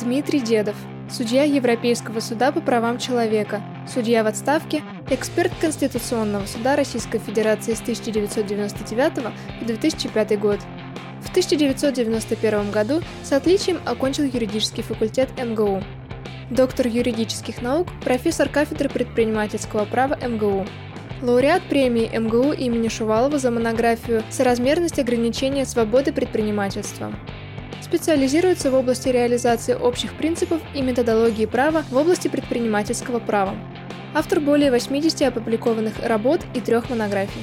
Дмитрий Дедов, судья Европейского суда по правам человека, судья в отставке, эксперт Конституционного суда Российской Федерации с 1999 по 2005 год. В 1991 году с отличием окончил юридический факультет МГУ. Доктор юридических наук, профессор кафедры предпринимательского права МГУ. Лауреат премии МГУ имени Шувалова за монографию «Соразмерность ограничения свободы предпринимательства». Специализируется в области реализации общих принципов и методологии права в области предпринимательского права. Автор более 80 опубликованных работ и 3 монографий.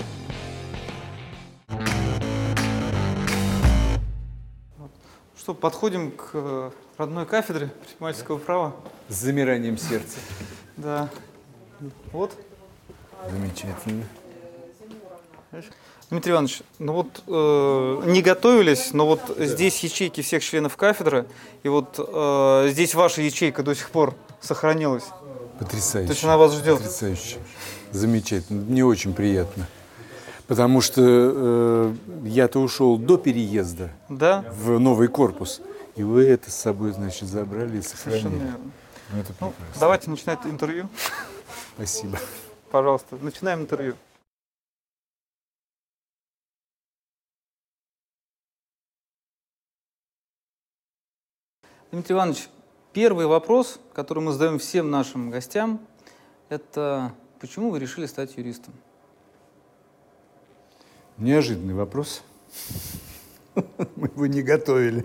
Что, подходим к родной кафедре предпринимательского права. С замиранием сердца. Да. Вот. Замечательно. Дмитрий Иванович, ну вот не готовились, но вот да. Здесь ячейки всех членов кафедры, и вот здесь ваша ячейка до сих пор сохранилась. Потрясающе. То есть она вас ждет. Потрясающе. Замечательно. Мне очень приятно. Потому что я-то ушел до переезда в новый корпус. И вы это с собой, значит, забрали и сохранили. Совершенно верно. Ну, это прекрасно. Давайте начинать интервью. Спасибо. Пожалуйста, начинаем интервью. Дмитрий Иванович, первый вопрос, который мы задаем всем нашим гостям, это почему вы решили стать юристом? Неожиданный вопрос. Мы его не готовили.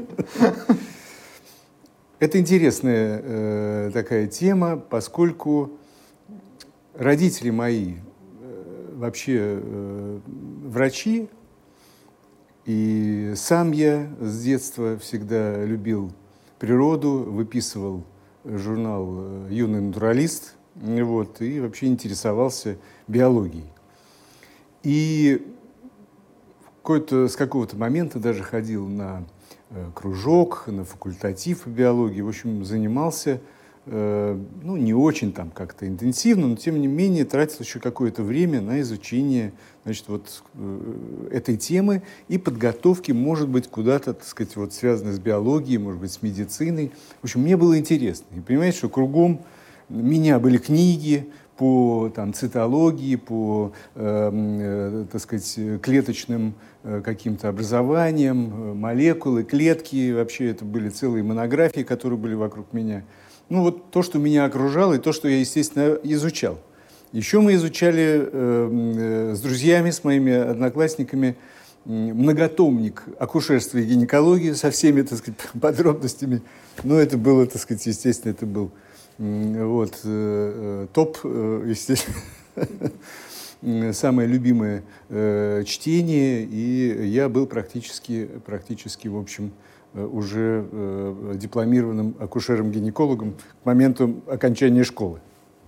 Это интересная такая тема, поскольку родители мои вообще врачи, и сам я с детства всегда любил природу, выписывал журнал «Юный натуралист», вот, и вообще интересовался биологией. И с какого-то момента даже ходил на кружок, на факультатив по биологии, в общем, занимался, ну, не очень там как-то интенсивно, но тем не менее тратил еще какое-то время на изучение, значит, вот этой темы и подготовки, может быть, куда-то, так сказать, вот связанной с биологией, может быть, с медициной. В общем, мне было интересно. И понимаете, что кругом меня были книги по там, цитологии, по, так сказать, клеточным каким-то образованиям, молекулы, клетки. Вообще это были целые монографии, которые были вокруг меня. Ну вот то, что меня окружало, и то, что я, естественно, изучал. Еще мы изучали с друзьями, с моими одноклассниками многотомник акушерства и гинекологии со всеми, так сказать, подробностями. Но это было, так сказать, естественно, это был вот, топ, естественно, самое любимое чтение, и я был практически, в общем, уже дипломированным акушером-гинекологом к моменту окончания школы.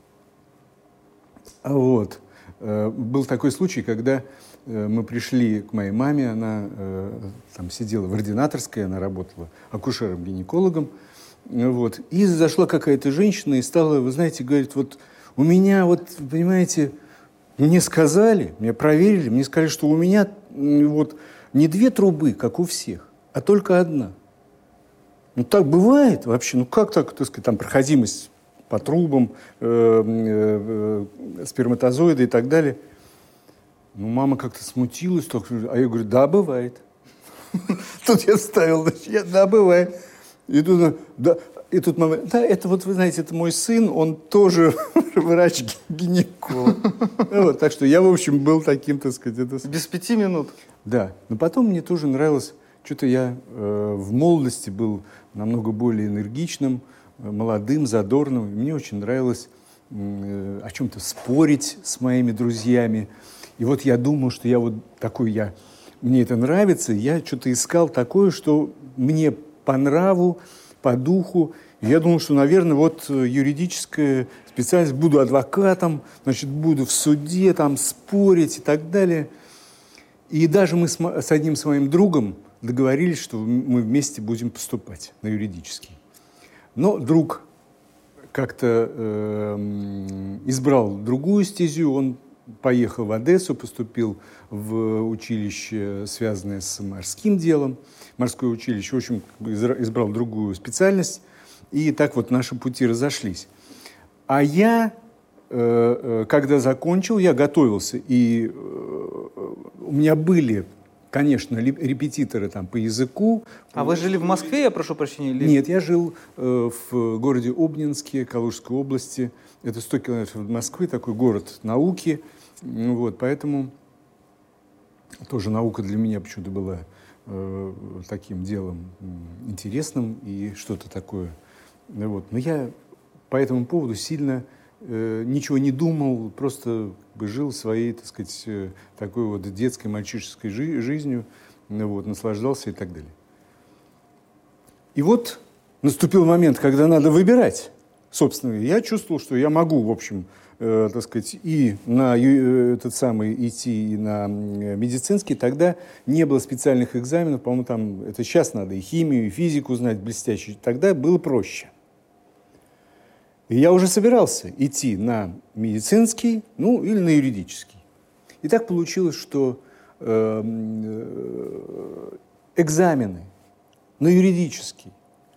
Вот. Был такой случай, когда мы пришли к моей маме, она там сидела в ординаторской, она работала акушером-гинекологом, вот. И зашла какая-то женщина и стала, вы знаете, говорит, вот у меня, вот, понимаете, мне сказали, меня проверили, мне сказали, что у меня вот не 2 трубы, как у всех, а только 1. Ну, так бывает вообще, ну, как так, так сказать, там, проходимость по трубам, сперматозоиды и так далее. Ну, мама как-то смутилась, а я говорю, да, бывает. Тут я вставил, да, бывает. И тут мама, да, это вот, вы знаете, это мой сын, он тоже врач-гинеколог. Вот, так что я, в общем, был таким, так сказать... Без 5 минут. Да, но потом мне тоже нравилось, что-то я в молодости был намного более энергичным, молодым, задорным. Мне очень нравилось о чем-то спорить с моими друзьями. И вот я думал, что я вот такой, мне это нравится, я что-то искал такое, что мне по нраву, по духу. И я думал, что, наверное, вот юридическая специальность, буду адвокатом, значит, буду в суде там спорить и так далее. И даже мы с одним своим другом договорились, что мы вместе будем поступать на юридический. Но друг как-то избрал другую стезю, он поехал в Одессу, поступил в училище, связанное с морским делом, морское училище, в общем, избрал другую специальность. И так вот наши пути разошлись. А я, когда закончил, я готовился, и у меня были, конечно, репетиторы там по языку. А вы жили в Москве, я прошу прощения? Или... Нет, я жил в городе Обнинске, Калужской области. Это 100 километров от Москвы, такой город науки. Вот, поэтому тоже наука для меня почему-то была таким делом интересным и что-то такое. Вот. Но я по этому поводу сильно ничего не думал, просто жил своей, так сказать, такой вот детской, мальчишеской жизнью, вот, наслаждался и так далее. И вот наступил момент, когда надо выбирать. Собственно, я чувствовал, что я могу, в общем, так сказать, и на этот самый идти, и на медицинский. Тогда не было специальных экзаменов, по-моему, там, это сейчас надо и химию, и физику знать блестяще. Тогда было проще. И я уже собирался идти на медицинский, ну, или на юридический. И так получилось, что экзамены на юридический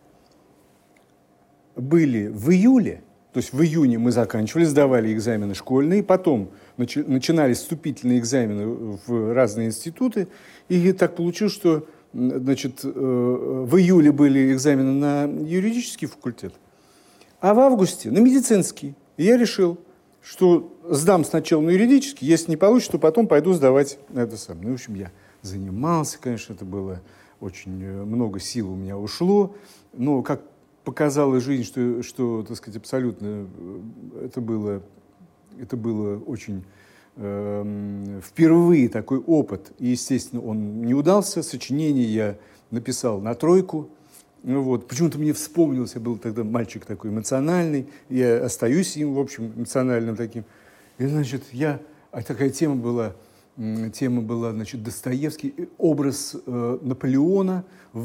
были в июле, то есть в июне мы заканчивали, сдавали экзамены школьные, потом начинались вступительные экзамены в разные институты, и так получилось, что, значит, в июле были экзамены на юридический факультет, а в августе на медицинский. И я решил, что сдам сначала на юридический, если не получится, то потом пойду сдавать на это самое. Ну, в общем, я занимался, конечно, это было очень много сил у меня ушло, но как показала жизнь, что, так сказать, абсолютно это было очень впервые такой опыт. И, естественно, он не удался. Сочинение я написал на 3. Ну, вот. Почему-то мне вспомнилось, я был тогда мальчик такой эмоциональный, я остаюсь им, в общем, эмоциональным таким. И, значит, такая тема была, значит, Достоевский, образ Наполеона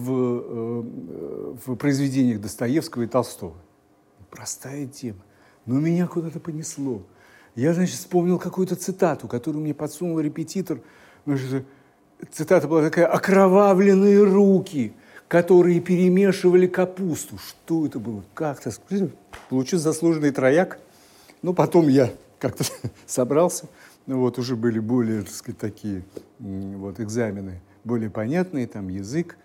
в произведениях Достоевского и Толстого. Простая тема, но меня куда-то понесло. Я, значит, вспомнил какую-то цитату, которую мне подсунул репетитор. Значит, цитата была такая: «Окровавленные руки, которые перемешивали капусту». Что это было? Как-то получил заслуженный трояк. Но потом я как-то собрался. Ну, вот уже были более, так сказать, такие вот экзамены, более понятные, там язык,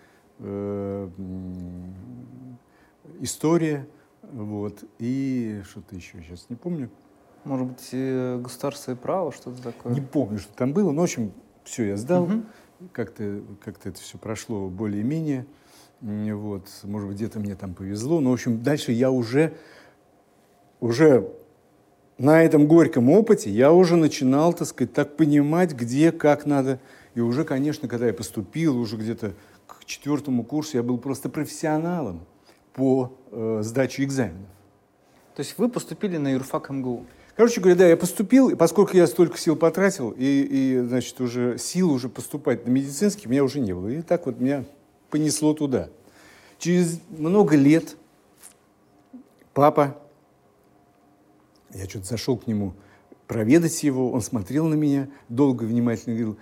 история, вот, и что-то еще, сейчас не помню. Может быть, государство и право, что-то такое? Не помню, что там было, но, в общем, все я сдал, как-то это все прошло более-менее, вот, может быть, где-то мне там повезло, но, в общем, дальше я уже на этом горьком опыте я уже начинал, так сказать, так понимать, где, как надо. И уже, конечно, когда я поступил, уже где-то к 4 курсу, я был просто профессионалом по сдаче экзаменов. То есть вы поступили на юрфак МГУ? Короче говоря, да, я поступил, и поскольку я столько сил потратил, и значит, уже сил уже поступать на медицинский у меня уже не было. И так вот меня понесло туда. Через много лет папа, я что-то зашел к нему проведать его, он смотрел на меня долго, внимательно, говорил: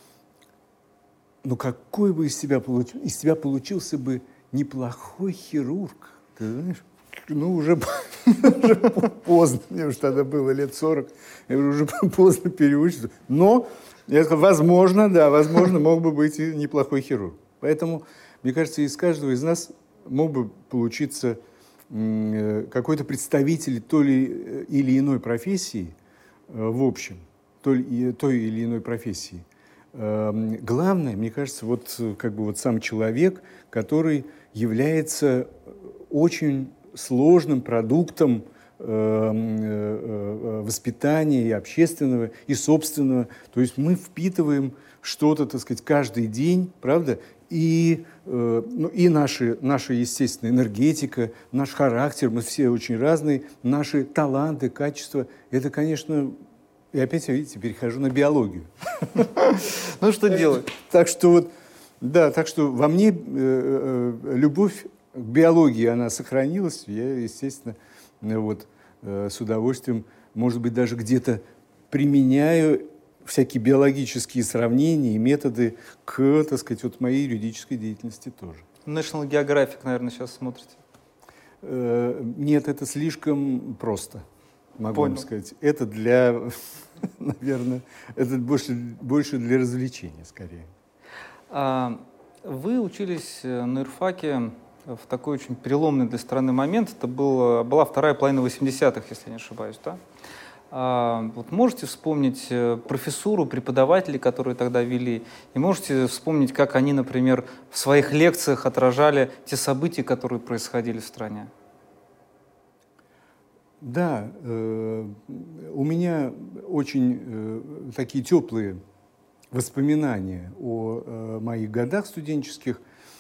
ну какой бы из тебя получился бы неплохой хирург. Ты знаешь, ну уже поздно, мне уже тогда было лет 40, я уже поздно переучиться. Но я сказал, возможно, мог бы быть и неплохой хирург. Поэтому, мне кажется, из каждого из нас мог бы получиться какой-то представитель той или иной профессии, в общем, той или иной профессии. Главное, мне кажется, вот как бы вот сам человек, который является очень сложным продуктом воспитания и общественного, и собственного. То есть мы впитываем что-то, так сказать, каждый день, правда? И наша, естественно, энергетика, наш характер, мы все очень разные, наши таланты, качества. Это, конечно, и опять, видите, перехожу на биологию. Ну, что делать? Так что вот, да, так что во мне любовь к биологии, она сохранилась. Я, естественно, вот, с удовольствием, может быть, даже где-то применяю всякие биологические сравнения и методы к, так сказать, вот моей юридической деятельности тоже. National Geographic, наверное, сейчас смотрите. Нет, это слишком просто, могу Понял. вам сказать. Это для, наверное, это больше для развлечения, скорее. Вы учились на юрфаке в такой очень переломный для страны момент. Это была вторая половина 80-х, если я не ошибаюсь, да? Вот можете вспомнить профессуру, преподавателей, которые тогда вели, и можете вспомнить, как они, например, в своих лекциях отражали те события, которые происходили в стране? Да, у меня очень такие теплые воспоминания о моих годах студенческих.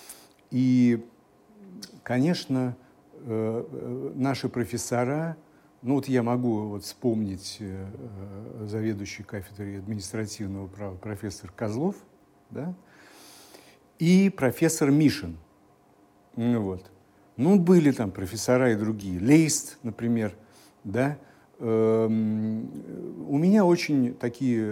И, конечно, наши профессора, ну вот я могу вот вспомнить заведующий кафедрой административного права профессор Козлов, да, и профессор Мишин. Вот. Ну, были там профессора и другие. Лейст, например, да. У меня очень такие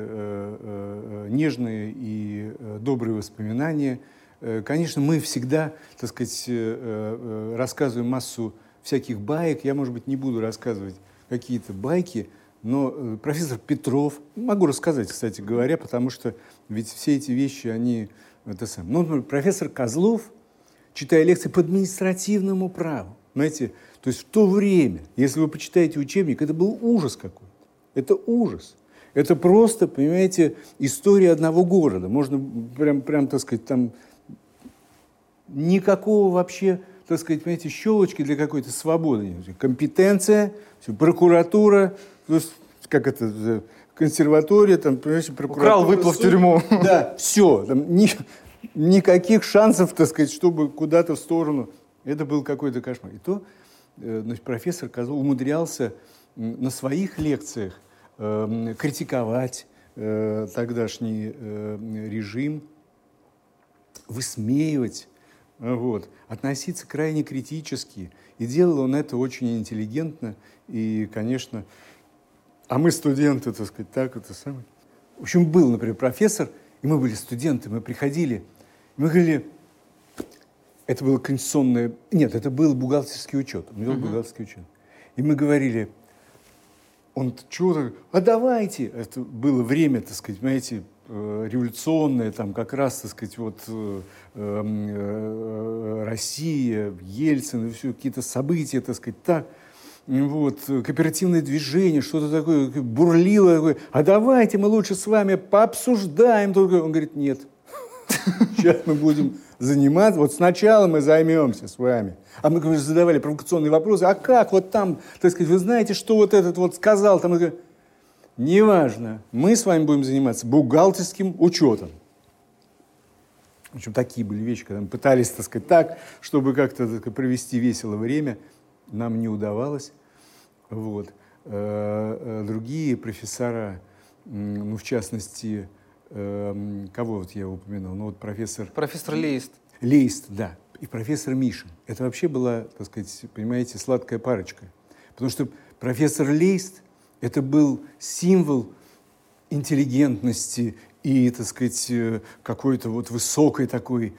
нежные и добрые воспоминания. Конечно, мы всегда, так сказать, рассказываем массу всяких баек. Я, может быть, не буду рассказывать какие-то байки, но профессор Петров, могу рассказать, кстати говоря, потому что ведь все эти вещи, они... Ну, например, профессор Козлов, читая лекции по административному праву, знаете, то есть в то время, если вы почитаете учебник, это был ужас какой-то. Это ужас. Это просто, понимаете, история одного города. Можно прям так сказать, там никакого вообще, так сказать, понимаете, щелочки для какой-то свободы. Компетенция, прокуратура, то есть, как это, консерватория, там, понимаете, прокуратура. Украл, выплыл в тюрьму. Да, все. Там, никаких шансов, так сказать, чтобы куда-то в сторону. Это был какой-то кошмар. И то, значит, профессор Козлов умудрялся на своих лекциях критиковать тогдашний режим, высмеивать, вот, относиться крайне критически. И делал он это очень интеллигентно. И, конечно, а мы студенты, так сказать, так это самое. В общем, был, например, профессор, и мы были студенты, мы приходили, мы говорили, это было конституционное, нет, это был бухгалтерский учет, он вел бухгалтерский учет. И мы говорили, он чего-то, а давайте, это было время, так сказать, понимаете, революционное, там как раз, так сказать, вот Россия, Ельцин, и все, какие-то события, так сказать, так. Вот, кооперативное движение, что-то такое, бурлило, такое, а давайте мы лучше с вами пообсуждаем. Он говорит, нет, сейчас мы будем заниматься, вот сначала мы займемся с вами. А мы задавали провокационные вопросы, а как вот там, так сказать, вы знаете, что вот этот вот сказал, там, неважно, мы с вами будем заниматься бухгалтерским учетом. В общем, такие были вещи, когда мы пытались, так сказать, так, чтобы как-то провести весело время, нам не удавалось. Вот. Другие профессора, ну, в частности, кого вот я упомянул? Ну, вот профессор Лейст. Лейст, да. И профессор Мишин. Это вообще была, так сказать, понимаете, сладкая парочка. Потому что профессор Лейст – это был символ интеллигентности и, так сказать, какой-то вот высокой такой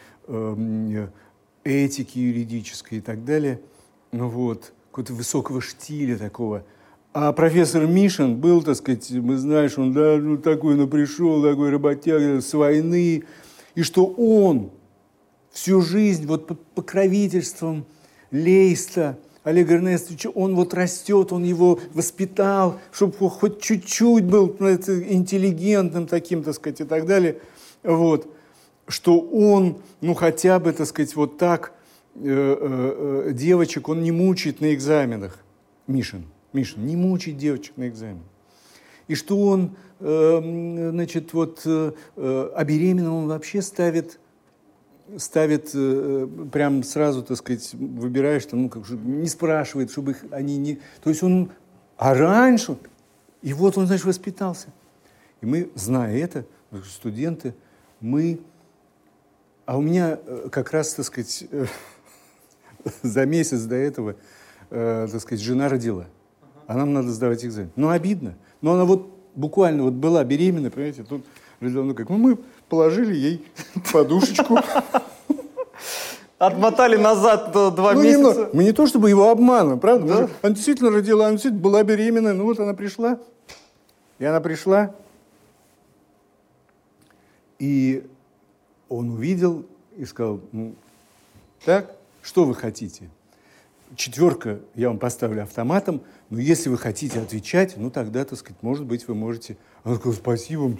этики юридической и так далее. Ну вот, какого-то высокого штиля такого. А профессор Мишин был, так сказать, мы знаешь, он, да, ну, такой, ну, пришел, такой работяга с войны, и что он всю жизнь вот под покровительством Лейста, Олега Эрнестовича, он вот растет, он его воспитал, чтобы хоть чуть-чуть был интеллигентным таким, так сказать, и так далее. Вот. Что он, ну, хотя бы, так сказать, вот так девочек он не мучает на экзаменах. Мишин не мучает девочек на экзаменах. И что он, значит, вот, а беременным он вообще ставит прям сразу, так сказать, выбираешь, там, ну, как, не спрашивает, чтобы их они не... То есть он... А раньше... И вот он, значит, воспитался. И мы, зная это, студенты, мы... А у меня как раз, так сказать, за месяц до этого, так сказать, жена родила. А нам надо сдавать экзамен. Ну, обидно. Но она вот буквально вот была беременна, понимаете, тут родила, ну, как, ну, мы положили ей подушечку. Отмотали назад 2 месяца. Мы не то чтобы его обманываем, правда? Да? Она действительно родила, она действительно была беременна. Ну вот она пришла. И она пришла. И он увидел и сказал, ну, так, что вы хотите? 4 я вам поставлю автоматом, но если вы хотите отвечать, ну тогда, так сказать, может быть, вы можете... Он сказал, спасибо.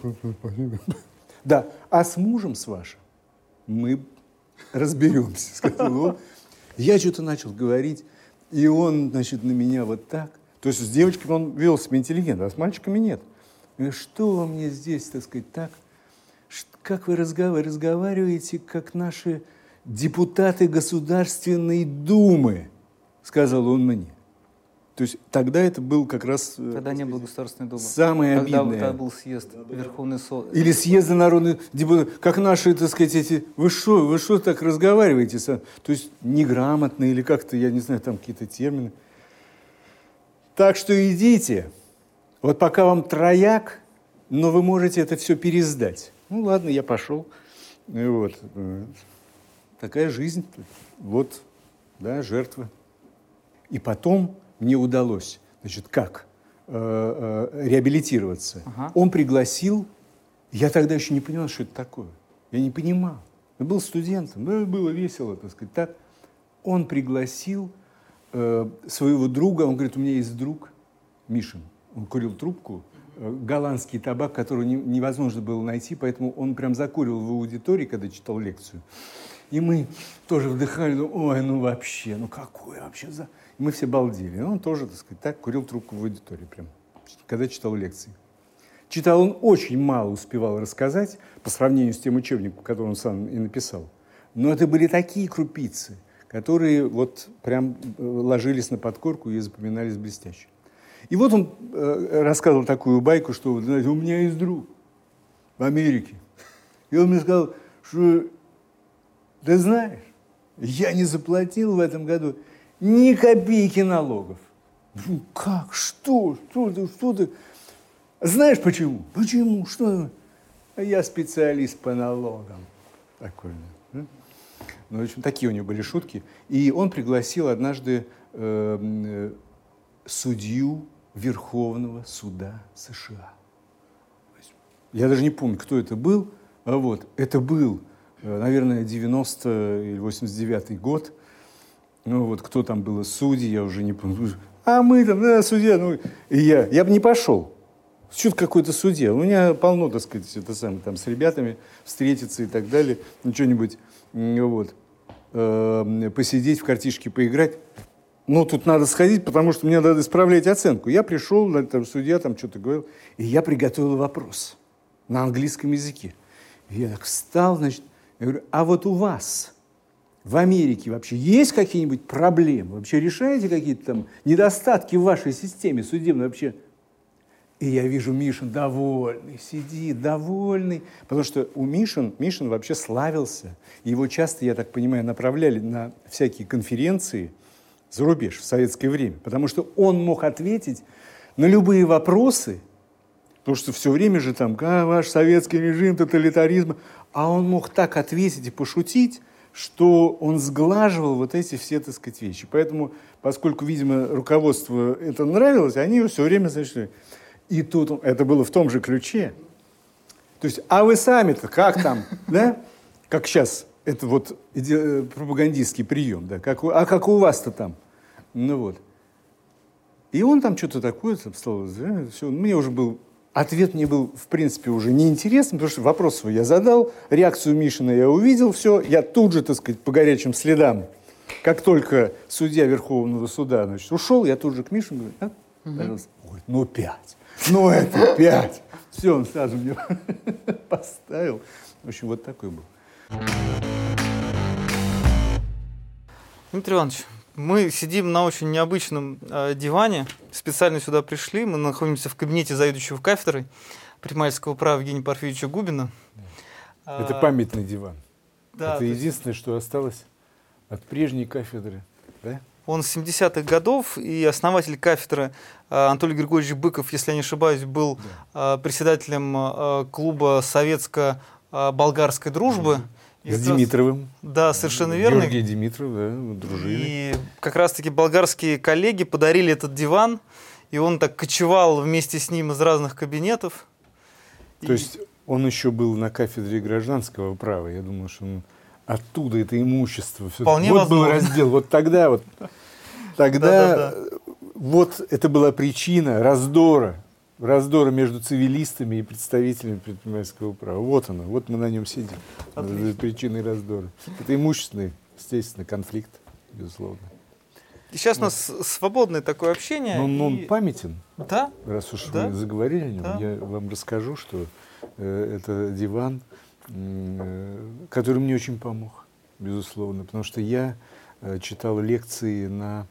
Да, а с мужем с вашим мы разберемся, сказал он. Я что-то начал говорить, и он, значит, на меня вот так. То есть с девочками он вел себя интеллигентно, а с мальчиками нет. Я говорю, что вы мне здесь, так сказать, так? Как вы разговариваете, как наши депутаты Государственной Думы, сказал он мне. То есть тогда это был как раз... Тогда не было Государственной Думы. Самое обидное. Тогда был съезд, Верховный суд. Или съезды народных депутатов. Как наши, так сказать, эти... Вы что так разговариваете? То есть неграмотно или как-то, я не знаю, там какие-то термины. Так что идите. Вот пока вам трояк, но вы можете это все пересдать. Ну ладно, я пошел. И вот. Такая жизнь. Вот, да, жертва. И потом мне удалось, значит, как реабилитироваться. Ага. Он пригласил, я тогда еще не понимал, что это такое. Я не понимал. Я был студентом, да, было весело, так сказать. Так. Он пригласил своего друга, он говорит, у меня есть друг, Мишин. Он курил трубку, голландский табак, который невозможно было найти, поэтому он прям закуривал в аудитории, когда читал лекцию. И мы тоже вдыхали, ой, ну вообще, ну какое вообще за... И мы все балдели. И он тоже, так сказать, так курил трубку в аудитории прям, когда читал лекции. Читал он очень мало успевал рассказать по сравнению с тем учебником, который он сам и написал. Но это были такие крупицы, которые вот прям ложились на подкорку и запоминались блестяще. И вот он рассказывал такую байку, что, знаете, у меня есть друг в Америке. И он мне сказал, что ты знаешь, я не заплатил в этом году ни копейки налогов. Ну, как? Что ты? Знаешь почему? Почему? Что? Я специалист по налогам. Такой. Ну, в общем, такие у него были шутки. И он пригласил однажды судью Верховного суда США. Я даже не помню, кто это был. А вот, это был, наверное, 90 или 89-й год. Ну вот, кто там был судьи, я уже не помню. А мы там, да, судья. Ну, и я бы не пошел. Что-то какой-то судья. У меня полно, так сказать, это самое, там, с ребятами встретиться и так далее. Ну, что-нибудь, вот, посидеть, в картишки поиграть. Ну, тут надо сходить, потому что мне надо исправлять оценку. Я пришел, там, судья там что-то говорил, и я приготовил вопрос на английском языке. И я так встал, значит, я говорю, а вот у вас в Америке вообще есть какие-нибудь проблемы? Вообще решаете какие-то там недостатки в вашей системе судебной вообще? И я вижу, Мишин довольный, сидит, довольный. Потому что у Мишин вообще славился. Его часто, я так понимаю, направляли на всякие конференции за рубеж в советское время. Потому что он мог ответить на любые вопросы, потому что все время же там, ваш советский режим, тоталитаризм. А он мог так ответить и пошутить, что он сглаживал вот эти все, так сказать, вещи. Поэтому, поскольку, видимо, руководству это нравилось, они все время, значит, и тут это было в том же ключе. То есть, а вы сами-то как там, да? Как сейчас, это вот пропагандистский прием, да? А как у вас-то там? Ну вот. И он там что-то такое стал, да, все. Мне уже был, ответ мне был, в принципе, уже неинтересным, потому что вопрос свой я задал, реакцию Мишина я увидел, все. Я тут же, так сказать, по горячим следам, как только судья Верховного суда, значит, ушел, я тут же к Мишину говорю, пожалуйста. Ой, ну 5. Ну, это 5. Все, он сразу мне поставил. В общем, вот такой был. Дмитрий Иванович, мы сидим на очень необычном диване. Специально сюда пришли. Мы находимся в кабинете заведующего кафедрой примальского права Евгения Порфирьевича Губина. Это памятный диван. Да, это единственное, что осталось от прежней кафедры. Да? Он с 70-х годов, и основатель кафедры Анатолий Григорьевич Быков, если я не ошибаюсь, был председателем клуба советско-болгарской дружбы. С Димитровым. Да, совершенно верно. Георгий Димитров, да, дружили. И как раз-таки болгарские коллеги подарили этот диван, и он так кочевал вместе с ним из разных кабинетов. То есть он еще был на кафедре гражданского права. Я думаю, что он оттуда это имущество. Вполне вот возможно. был раздел. Вот тогда вот это была причина раздора между цивилистами и представителями предпринимательского права. Вот оно, вот мы на нем сидим. Это причиной раздора. Это имущественный, естественно, конфликт, безусловно. И сейчас у нас свободное такое общение. Но он памятен. Да? Раз уж Да. вы заговорили о нем, Да. я вам расскажу, что это диван, который мне очень помог, безусловно, потому что я читал лекции на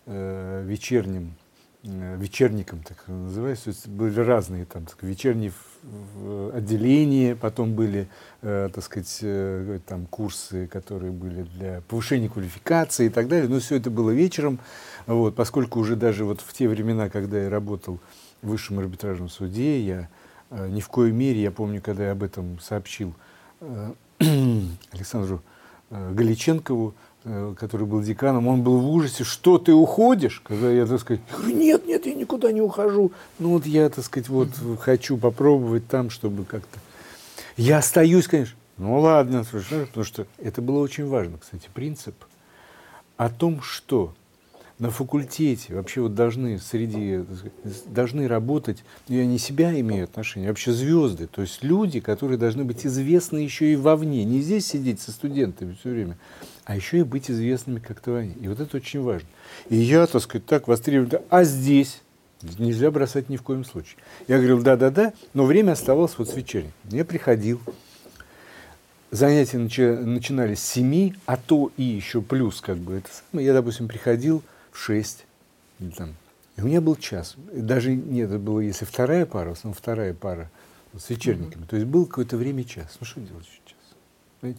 вечерником, так называется, то есть были разные там вечерние отделения, потом были, так сказать, там курсы, которые были для повышения квалификации и так далее, но все это было вечером, вот, поскольку уже даже вот в те времена, когда я работал в Высшем арбитражном суде, я ни в коей мере, я помню, когда я об этом сообщил Александру Галиченкову, который был деканом, он был в ужасе: что ты уходишь? Когда я, так сказать, говорю: нет, я никуда не ухожу. Ну вот я, так сказать, вот хочу попробовать там, чтобы как-то... Я остаюсь, конечно. Ну ладно, слушай, потому что это было очень важно, кстати, принцип о том, что на факультете вообще вот должны работать, я не себя имею отношение, а вообще звезды, то есть люди, которые должны быть известны еще и вовне, не здесь сидеть со студентами все время, а еще и быть известными как-то вовне. И вот это очень важно. И я, так сказать, так востребован, а здесь нельзя бросать ни в коем случае. Я говорил: да, но время оставалось вот с вечерним. Я приходил, занятия начинались с 7, а то и еще плюс, как бы, это самое. Я, допустим, приходил в 6, там, и у меня был час. Даже нет, это было, если вторая пара, в основном вторая пара вот, с вечерниками, то есть было какое-то время час. Ну что делать сейчас? Знаете?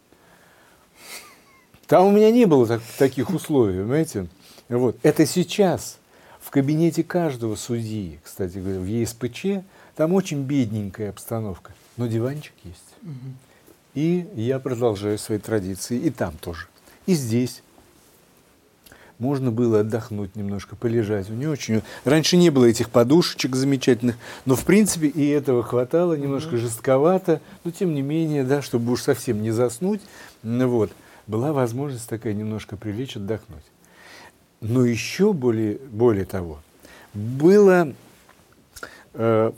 Там у меня не было таких условий, понимаете? Вот. Это сейчас в кабинете каждого судьи, кстати говоря, в ЕСПЧ, там очень бедненькая обстановка, но диванчик есть. И я продолжаю свои традиции, и там тоже. И здесь можно было отдохнуть немножко, полежать. У нее очень... Раньше не было этих подушечек замечательных, но, в принципе, и этого хватало, немножко жестковато, но, тем не менее, да, чтобы уж совсем не заснуть, вот, была возможность такая немножко прилечь, отдохнуть. Но еще более того, было в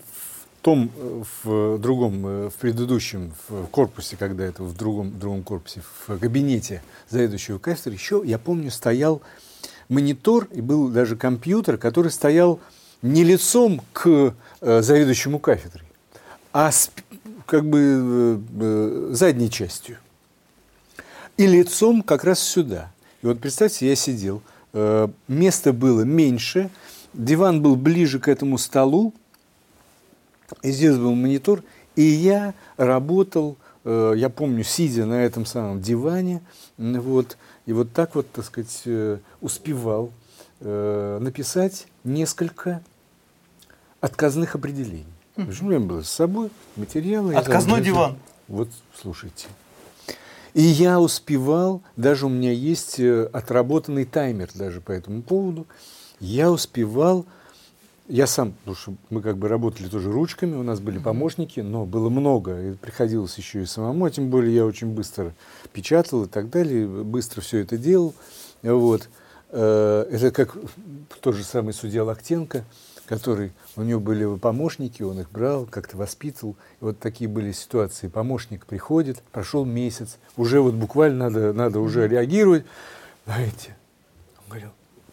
предыдущем в корпусе, когда это в другом корпусе, в кабинете заведующего кафедры, еще, я помню, стоял монитор, и был даже компьютер, который стоял не лицом к заведующему кафедрой, а как бы задней частью. И лицом как раз сюда. И вот представьте, я сидел, места было меньше, диван был ближе к этому столу, и здесь был монитор, и я работал, я помню, сидя на этом самом диване, вот, и вот так вот, так сказать, успевал написать несколько отказных определений. У меня было с собой материалы. Отказной диван. Вот, слушайте. И я успевал, даже у меня есть отработанный таймер даже по этому поводу, я успевал, я сам, потому что мы как бы работали тоже ручками, у нас были помощники, но было много, и приходилось еще и самому, а тем более я очень быстро печатал и так далее, быстро все это делал. Вот. Это как тот же самый судья Лактенко, который, у него были помощники, он их брал, как-то воспитывал. И вот такие были ситуации. Помощник приходит, прошел месяц, уже вот буквально надо уже реагировать. Знаете, он говорил: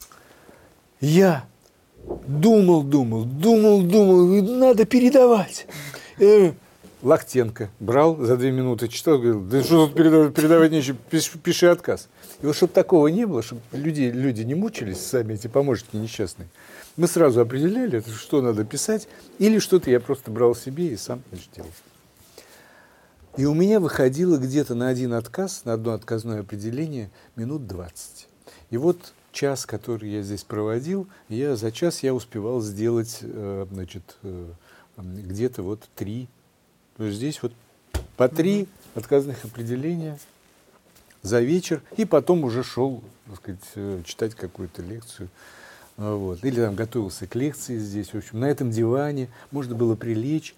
я думал, надо передавать. Лактенко брал, за 2 минуты читал, говорил: да что тут передавать нечего, пиши отказ. И вот чтобы такого не было, чтобы люди не мучились сами, эти помощники несчастные, мы сразу определяли, что надо писать, или что-то я просто брал себе и сам делал. И у меня выходило где-то на один отказ, на одно отказное определение минут 20. И вот час, который я здесь проводил, за час я успевал сделать, где-то вот 3. То есть здесь вот по 3 отказных определения за вечер, и потом уже шел, так сказать, читать какую-то лекцию. Вот. Или там готовился к лекции здесь. В общем, на этом диване можно было прилечь.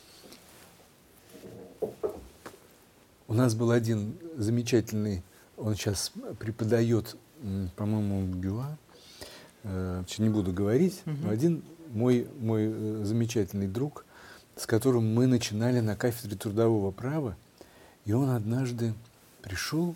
У нас был один замечательный, он сейчас преподает, по-моему, ГЮА, не буду говорить, но один мой замечательный друг, с которым мы начинали на кафедре трудового права, и он однажды пришел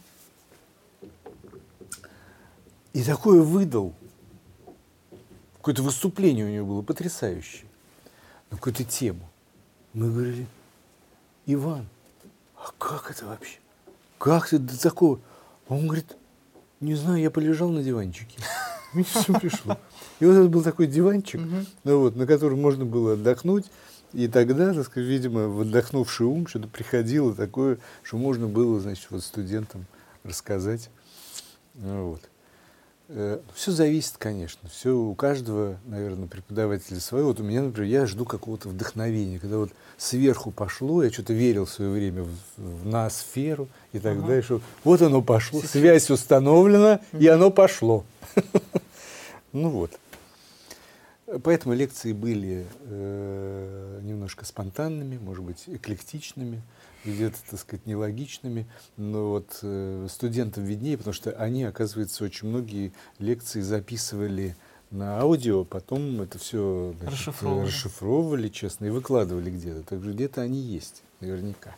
и такое выдал. Какое-то выступление у него было потрясающее на какую-то тему. Мы говорили: Иван, а как это вообще? Как ты до такого? Он говорит: не знаю, я полежал на диванчике. Мне все пришло. И вот это был такой диванчик, на котором можно было отдохнуть. И тогда, так сказать, видимо, в отдохнувший ум что-то приходило такое, что можно было, значит, вот студентам рассказать. Вот. Все зависит, конечно. Все у каждого, наверное, преподавателя свое. Вот у меня, например, я жду какого-то вдохновения. Когда вот сверху пошло, я что-то верил в свое время в ноосферу и так далее, что вот оно пошло, связь установлена, и оно пошло. Ну вот. Поэтому лекции были немножко спонтанными, может быть, эклектичными, где-то, так сказать, нелогичными, но вот студентам виднее, потому что они, оказывается, очень многие лекции записывали на аудио, потом это все расшифровывали, честно, и выкладывали где-то. Так что где-то они есть, наверняка.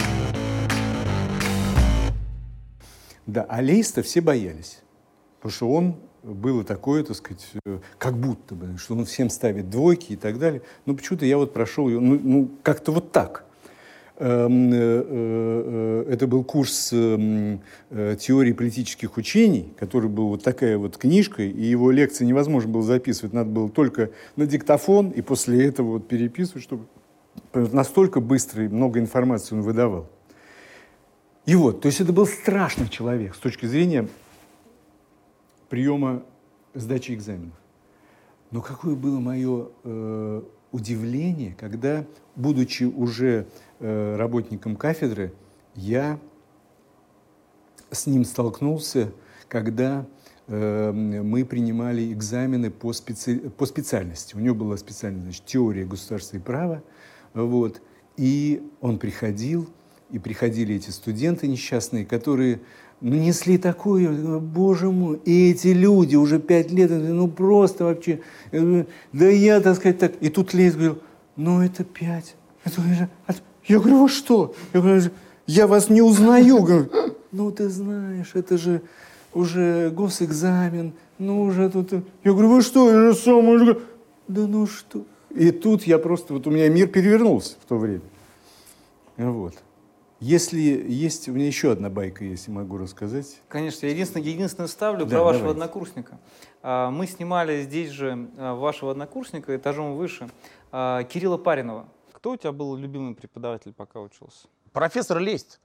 Да, а Лейста все боялись, потому что он было такое, так сказать, как будто бы, что он всем ставит двойки и так далее. Но почему-то я вот прошел его, как-то вот так. Это был курс теории политических учений, который был вот такая вот книжка, и его лекции невозможно было записывать, надо было только на диктофон, и после этого вот переписывать, чтобы настолько быстро и много информации он выдавал. И вот, то есть это был страшный человек с точки зрения приема сдачи экзаменов. Но какое было мое удивление, когда, будучи уже работником кафедры, я с ним столкнулся, когда мы принимали экзамены по специальности. У него была специальность, значит, теория государства и права. Вот. И он приходил, и приходили эти студенты несчастные, которые несли такое, боже мой, и эти люди уже 5 лет, просто вообще, да я, так сказать, так. И тут Лейст говорил: это 5. Я говорю: вы что? Я говорю: я вас не узнаю. Говорю: ты знаешь, это же уже госэкзамен, уже тут. Я говорю: вы что? Я же сам. Да что? И тут я просто, у меня мир перевернулся в то время. Вот. Если есть, у меня еще одна байка, если могу рассказать. Конечно, я единственное ставлю про вашего однокурсника. Мы снимали здесь же вашего однокурсника, этажом выше, Кирилла Паринова. Кто у тебя был любимый преподаватель, пока учился? Профессор Лейст.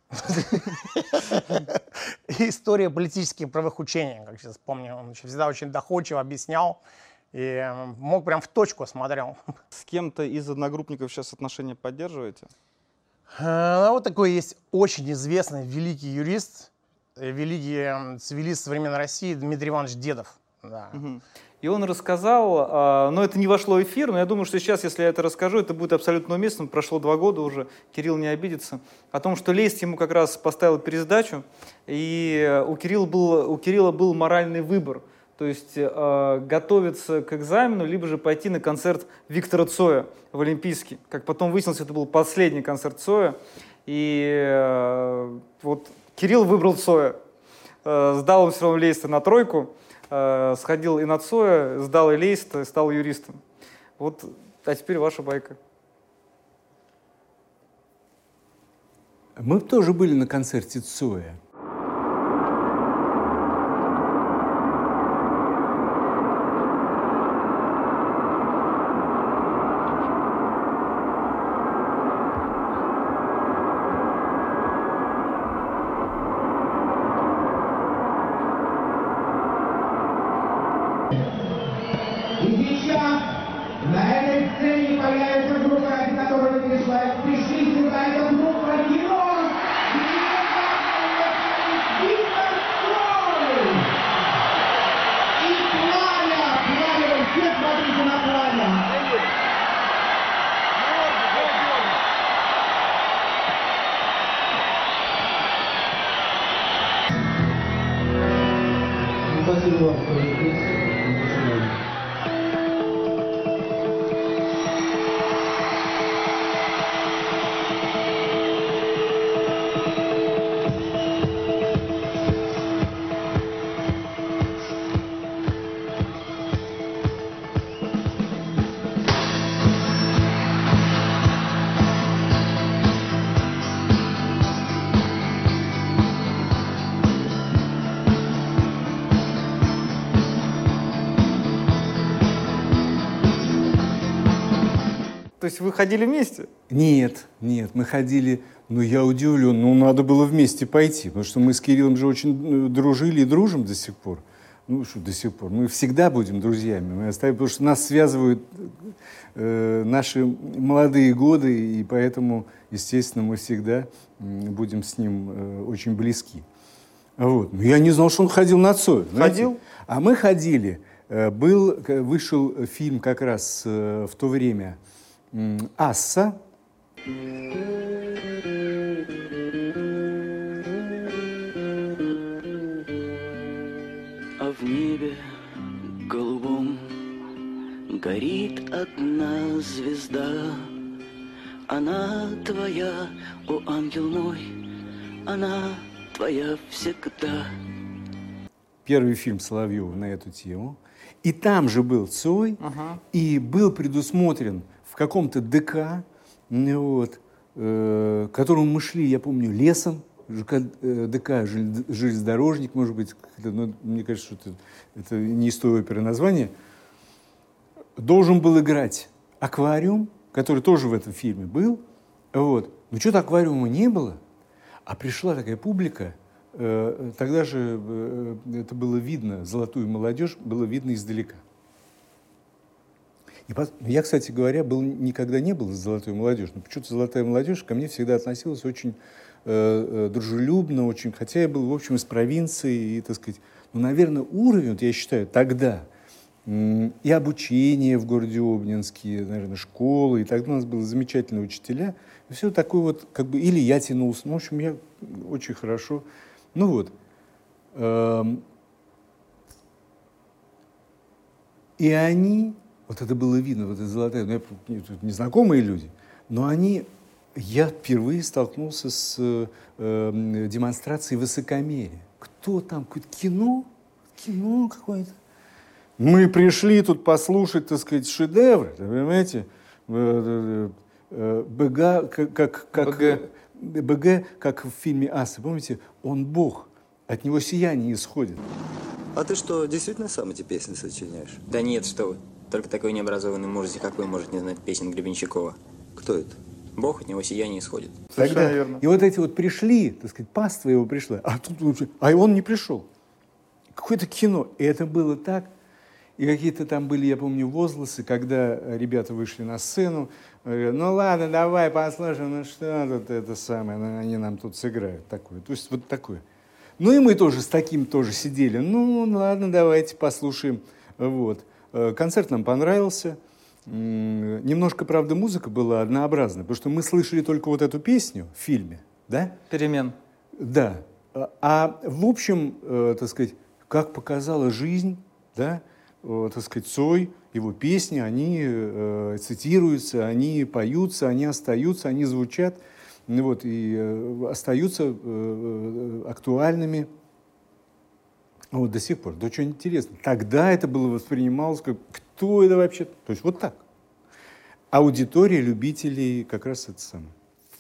История политических правовых учений, как сейчас помню. Он всегда очень доходчиво объяснял и мог прям в точку смотрел. С кем-то из одногруппников сейчас отношения поддерживаете? Вот такой есть очень известный великий юрист, великий цивилист современной России Дмитрий Иванович Дедов. Да. И он рассказал, но это не вошло в эфир, но я думаю, что сейчас, если я это расскажу, это будет абсолютно уместно. Прошло 2 года уже, Кирилл не обидится. О том, что Лейст ему как раз поставил пересдачу, и у Кирилла был моральный выбор. То есть готовиться к экзамену, либо же пойти на концерт Виктора Цоя в Олимпийский. Как потом выяснилось, это был последний концерт Цоя. И вот Кирилл выбрал Цоя. Сдал он все равно Лейста на 3, сходил и на Цоя, сдал и Лейста, стал юристом. Вот, а теперь ваша байка. Мы тоже были на концерте Цоя. На этой сцене появится группа, ради которой пришли сюда. Это группа «Кино». Спасибо вам, что вы пришли. То есть вы ходили вместе? Нет, мы ходили, я удивлен, надо было вместе пойти, потому что мы с Кириллом же очень дружили и дружим до сих пор. Что до сих пор? Мы всегда будем друзьями, потому что нас связывают наши молодые годы, и поэтому, естественно, мы всегда будем с ним очень близки. Вот. Но я не знал, что он ходил на Цоя. Ходил? А мы ходили. Вышел фильм как раз в то время «Асса». А в небе голубом горит одна звезда. Она твоя, о ангел мой, она твоя всегда. Первый фильм Соловьева на эту тему. И там же был Цой, и был предусмотрен в каком-то ДК, которому мы шли, я помню, лесом, ДК «Железнодорожник», может быть, но мне кажется, что это не из той оперы название, должен был играть аквариум, который тоже в этом фильме был. Вот. Но что-то аквариума не было, а пришла такая публика. Тогда же это было видно, «Золотую молодежь» было видно издалека. Я, кстати говоря, никогда не был «Золотой молодежью», но почему-то «Золотая молодежь» ко мне всегда относилась очень дружелюбно, очень, хотя я был, в общем, из провинции, и, так сказать, наверное, уровень, я считаю, тогда, и обучение в городе Обнинске, наверное, школы, и тогда у нас были замечательные учителя, и все такое вот, или я тянулся, в общем, я очень хорошо, и они, вот это было видно, вот это золотая, незнакомые люди, но я впервые столкнулся с демонстрацией высокомерия. Кто там? Какое-то кино? Кино какое-то. Мы пришли тут послушать, так сказать, шедевр, понимаете? БГ, как в фильме «Асса», помните? Он Бог, от него сияние исходит. А ты что, действительно сам эти песни сочиняешь? Да нет, что вы. Только такой необразованный мужик, как вы, может не знать песен Гребенщикова. Кто это? Бог, от него сияние исходит. Тогда, и вот эти вот пришли, так сказать, паства его пришла, а он не пришел. Какое-то кино. И это было так. И какие-то там были, я помню, возгласы, когда ребята вышли на сцену, говорят, ладно, давай послушаем, что тут это самое, они нам тут сыграют такое. То есть вот такое. И мы тоже с таким тоже сидели. Ладно, давайте послушаем. Вот. Концерт нам понравился. Немножко, правда, музыка была однообразная, потому что мы слышали только вот эту песню в фильме, да? «Перемен». Да. А в общем, так сказать, как показала жизнь, да, так сказать, Цой, его песни, они цитируются, они поются, они остаются, они звучат, и остаются актуальными до сих пор. Да очень интересно. Тогда это было воспринималось как, кто это вообще? То есть вот так. Аудитория любителей как раз это самое.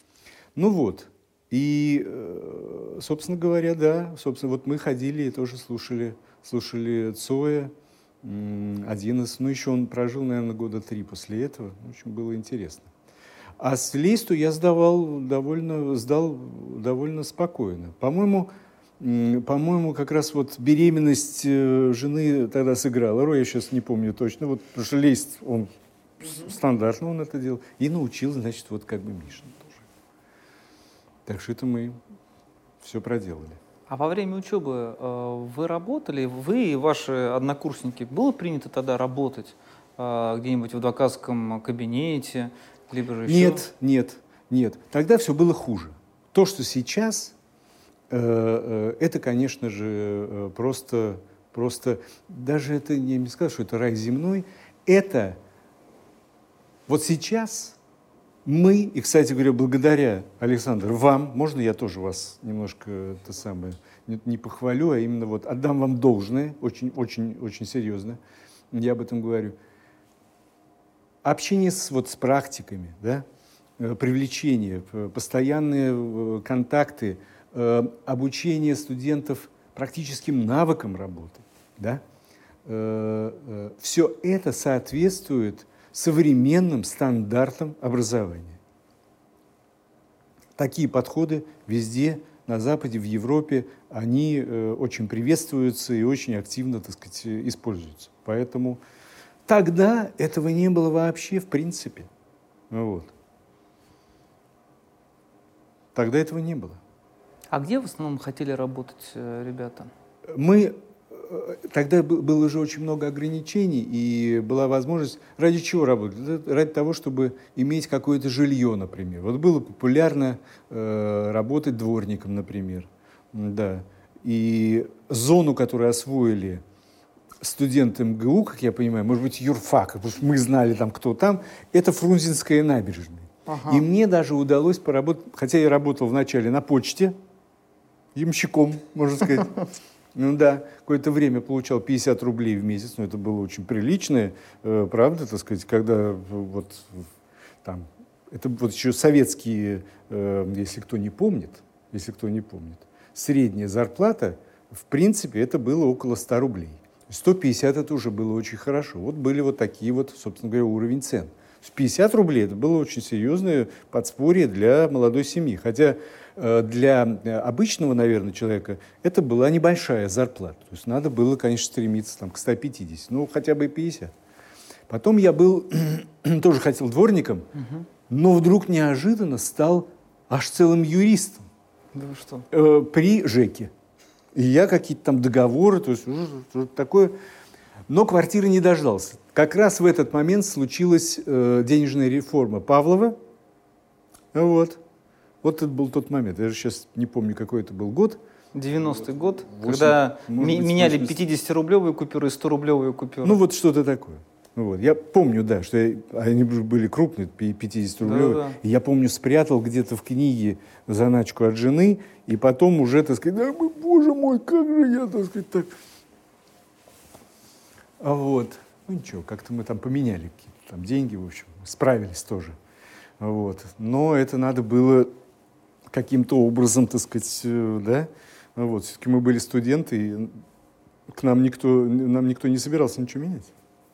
И, собственно говоря, да, вот мы ходили и тоже слушали Цоя. Один из, еще он прожил, наверное, года 3 после этого. В общем, было интересно. А с Лейсту я сдал довольно спокойно. По-моему, как раз вот беременность жены тогда сыграла роль, я сейчас не помню точно, потому что Лейст, он стандартно он это делал, и научил, значит, Мишин тоже. Так что это мы все проделали. А во время учебы вы работали, вы и ваши однокурсники, было принято тогда работать где-нибудь в адвокатском кабинете, либо же еще? Нет. Тогда все было хуже. То, что сейчас, это, конечно же, просто Просто даже это, я не скажу, что это рай земной, это вот сейчас мы, и, кстати говоря, благодаря, Александр, вам, можно я тоже вас немножко это самое, не похвалю, а именно вот отдам вам должное, очень серьезно, я об этом говорю. Общение с практиками, да, привлечение, постоянные контакты, обучение студентов практическим навыкам работы, да, все это соответствует современным стандартам образования. Такие подходы везде, на Западе, в Европе, они очень приветствуются и очень активно, так сказать, используются. Поэтому тогда этого не было вообще в принципе. Вот. Тогда этого не было. А где в основном хотели работать ребята? Тогда было уже очень много ограничений, и была возможность ради чего работать? Ради того, чтобы иметь какое-то жилье, например. Вот было популярно работать дворником, например. Да. И зону, которую освоили студенты МГУ, как я понимаю, может быть, юрфак, потому что мы знали там, кто там, это Фрунзенская набережная. Ага. И мне даже удалось поработать, хотя я работал вначале на почте, ямщиком, можно сказать. Ну да, какое-то время получал 50 рублей в месяц, но это было очень приличное, правда, так сказать, когда вот там, это вот еще советские, если кто не помнит, средняя зарплата, в принципе, это было около 100 рублей. 150 это уже было очень хорошо. Вот были вот такие вот, собственно говоря, уровень цен. 50 рублей это было очень серьезное подспорье для молодой семьи. Хотя для обычного, наверное, человека это была небольшая зарплата. То есть надо было, конечно, стремиться там, к 150, ну хотя бы и 50. Потом я был, тоже хотел дворником, но вдруг неожиданно стал аж целым юристом. Да вы что? При ЖЭКе. И я какие-то там договоры, то есть уже такое. Но квартиры не дождался. Как раз в этот момент случилась денежная реформа Павлова. Вот это был тот момент. Я же сейчас не помню, какой это был год. 90-й год, 8, когда меняли 80. 50-рублевые купюры и 100-рублевые купюры. Ну вот что-то такое. Вот. Я помню, да, что они были крупные, 50-рублевые. Да. И я помню, спрятал где-то в книге заначку от жены, и потом уже, так сказать, да, боже мой, как же я, так сказать, так... А вот, ну ничего, как-то мы там поменяли какие-то там деньги, в общем, справились тоже. Вот. Но это надо было каким-то образом, так сказать, да, вот. Все-таки мы были студенты, и нам никто не собирался ничего менять.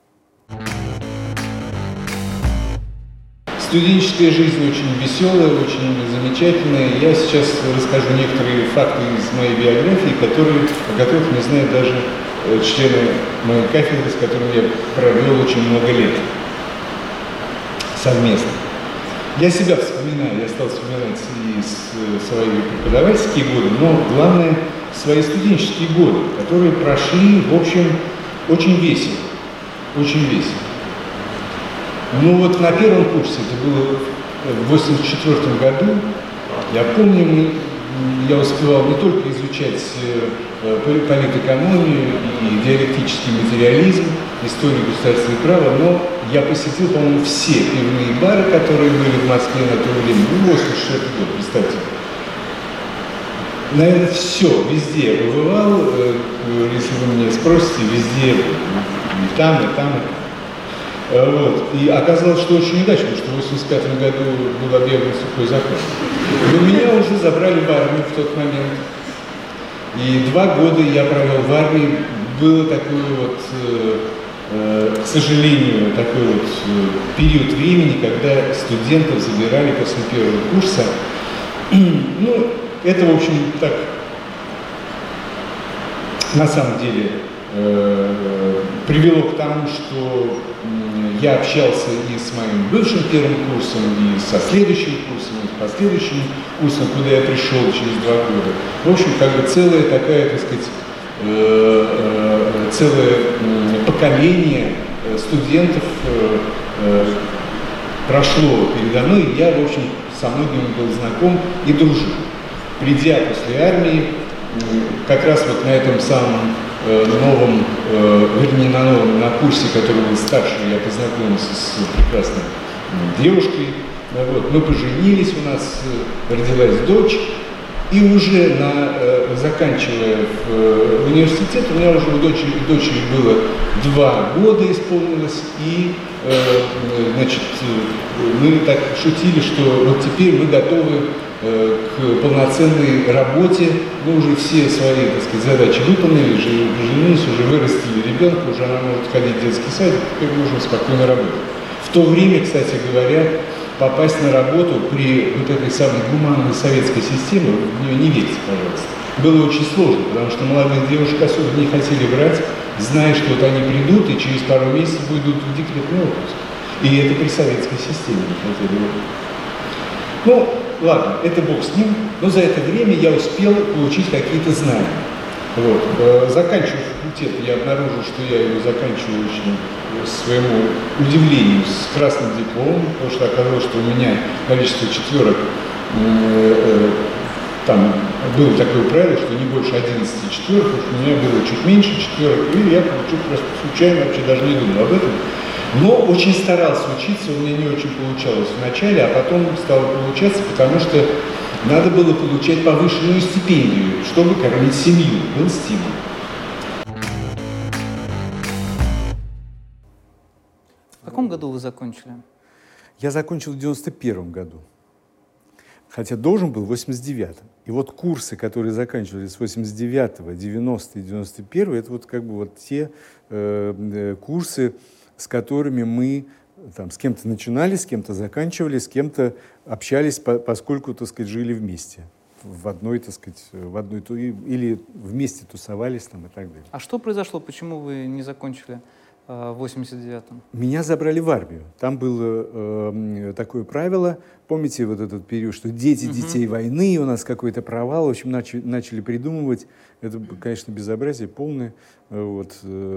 Студенческая жизнь очень веселая, очень замечательная. Я сейчас расскажу некоторые факты из моей биографии, о которых не знают даже члены моей кафедры, с которыми я провел очень много лет совместно. Я себя вспоминаю, я стал вспоминать и свои преподавательские годы, но главное, свои студенческие годы, которые прошли, в общем, очень весело. Очень весело. Ну вот на первом курсе, это было в 1984 году, я помню, я успевал не только изучать политэкономию и диалектический материализм, историю государственного права, но я посетил, по-моему, все пивные бары, которые были в Москве на то время, 86 год, представьте. Наверное, все, везде я побывал, если вы меня спросите, везде, и там, и там. Вот. И оказалось, что очень удачно, что в 1985 году был объявлен сухой закон. Но меня уже забрали в армию в тот момент. И 2 года я провел в армии. Было такой вот, к сожалению, такой вот период времени, когда студентов забирали после первого курса. Ну, это, в общем, так, на самом деле, привело к тому, что я общался и с моим бывшим первым курсом, и со следующим курсом, и с последующим курсом, куда я пришел через 2 года. В общем, как бы целая такая, так сказать, целое поколение студентов прошло передо мной, и я, в общем, со многими был знаком и дружил. Придя после армии, как раз вот на этом самом на курсе, который был старше, я познакомился с прекрасной девушкой. Вот. Мы поженились, у нас родилась дочь. И уже заканчивая университет, у меня уже у дочери было 2 года исполнилось, и мы так шутили, что вот теперь мы готовы к полноценной работе, мы уже все свои, так сказать, задачи выполнили, поженились, уже вырастили ребенка, уже она может ходить в детский садик, теперь можно спокойно работать. В то время, кстати говоря, попасть на работу при вот этой самой гуманной советской системе, в нее не верьте, пожалуйста, было очень сложно, потому что молодых девушек особо не хотели брать, зная, что вот они придут и через пару месяцев уйдут в декретный отпуск. И это при советской системе не хотели брать. Ну, ладно, это бог с ним, но за это время я успел получить какие-то знания. Вот. Заканчивая факультет, я обнаружил, что я его заканчиваю очень, своему удивлению, с красным дипломом, потому что оказалось, что у меня количество четверок, там было такое правило, что не больше 11 четверок, потому что у меня было чуть меньше четверок, и я получил просто случайно, вообще даже не думал об этом. Но очень старался учиться, у меня не очень получалось вначале, а потом стало получаться, потому что надо было получать повышенную стипендию, чтобы кормить семью, был стимул. В каком году вы закончили? Я закончил в 91 году, хотя должен был в 89-м. И вот курсы, которые заканчивались с 89-го, 90-й, 91-й, это вот как бы вот те курсы, с которыми мы там, с кем-то начинали, с кем-то заканчивали, с кем-то общались, поскольку, так сказать, жили вместе. В одной, так сказать, или вместе тусовались там и так далее. А что произошло? Почему вы не закончили в 89-м? Меня забрали в армию. Там было такое правило, помните вот этот период, что дети детей войны, у нас какой-то провал, в общем, начали придумывать. Это, конечно, безобразие полное. Вот.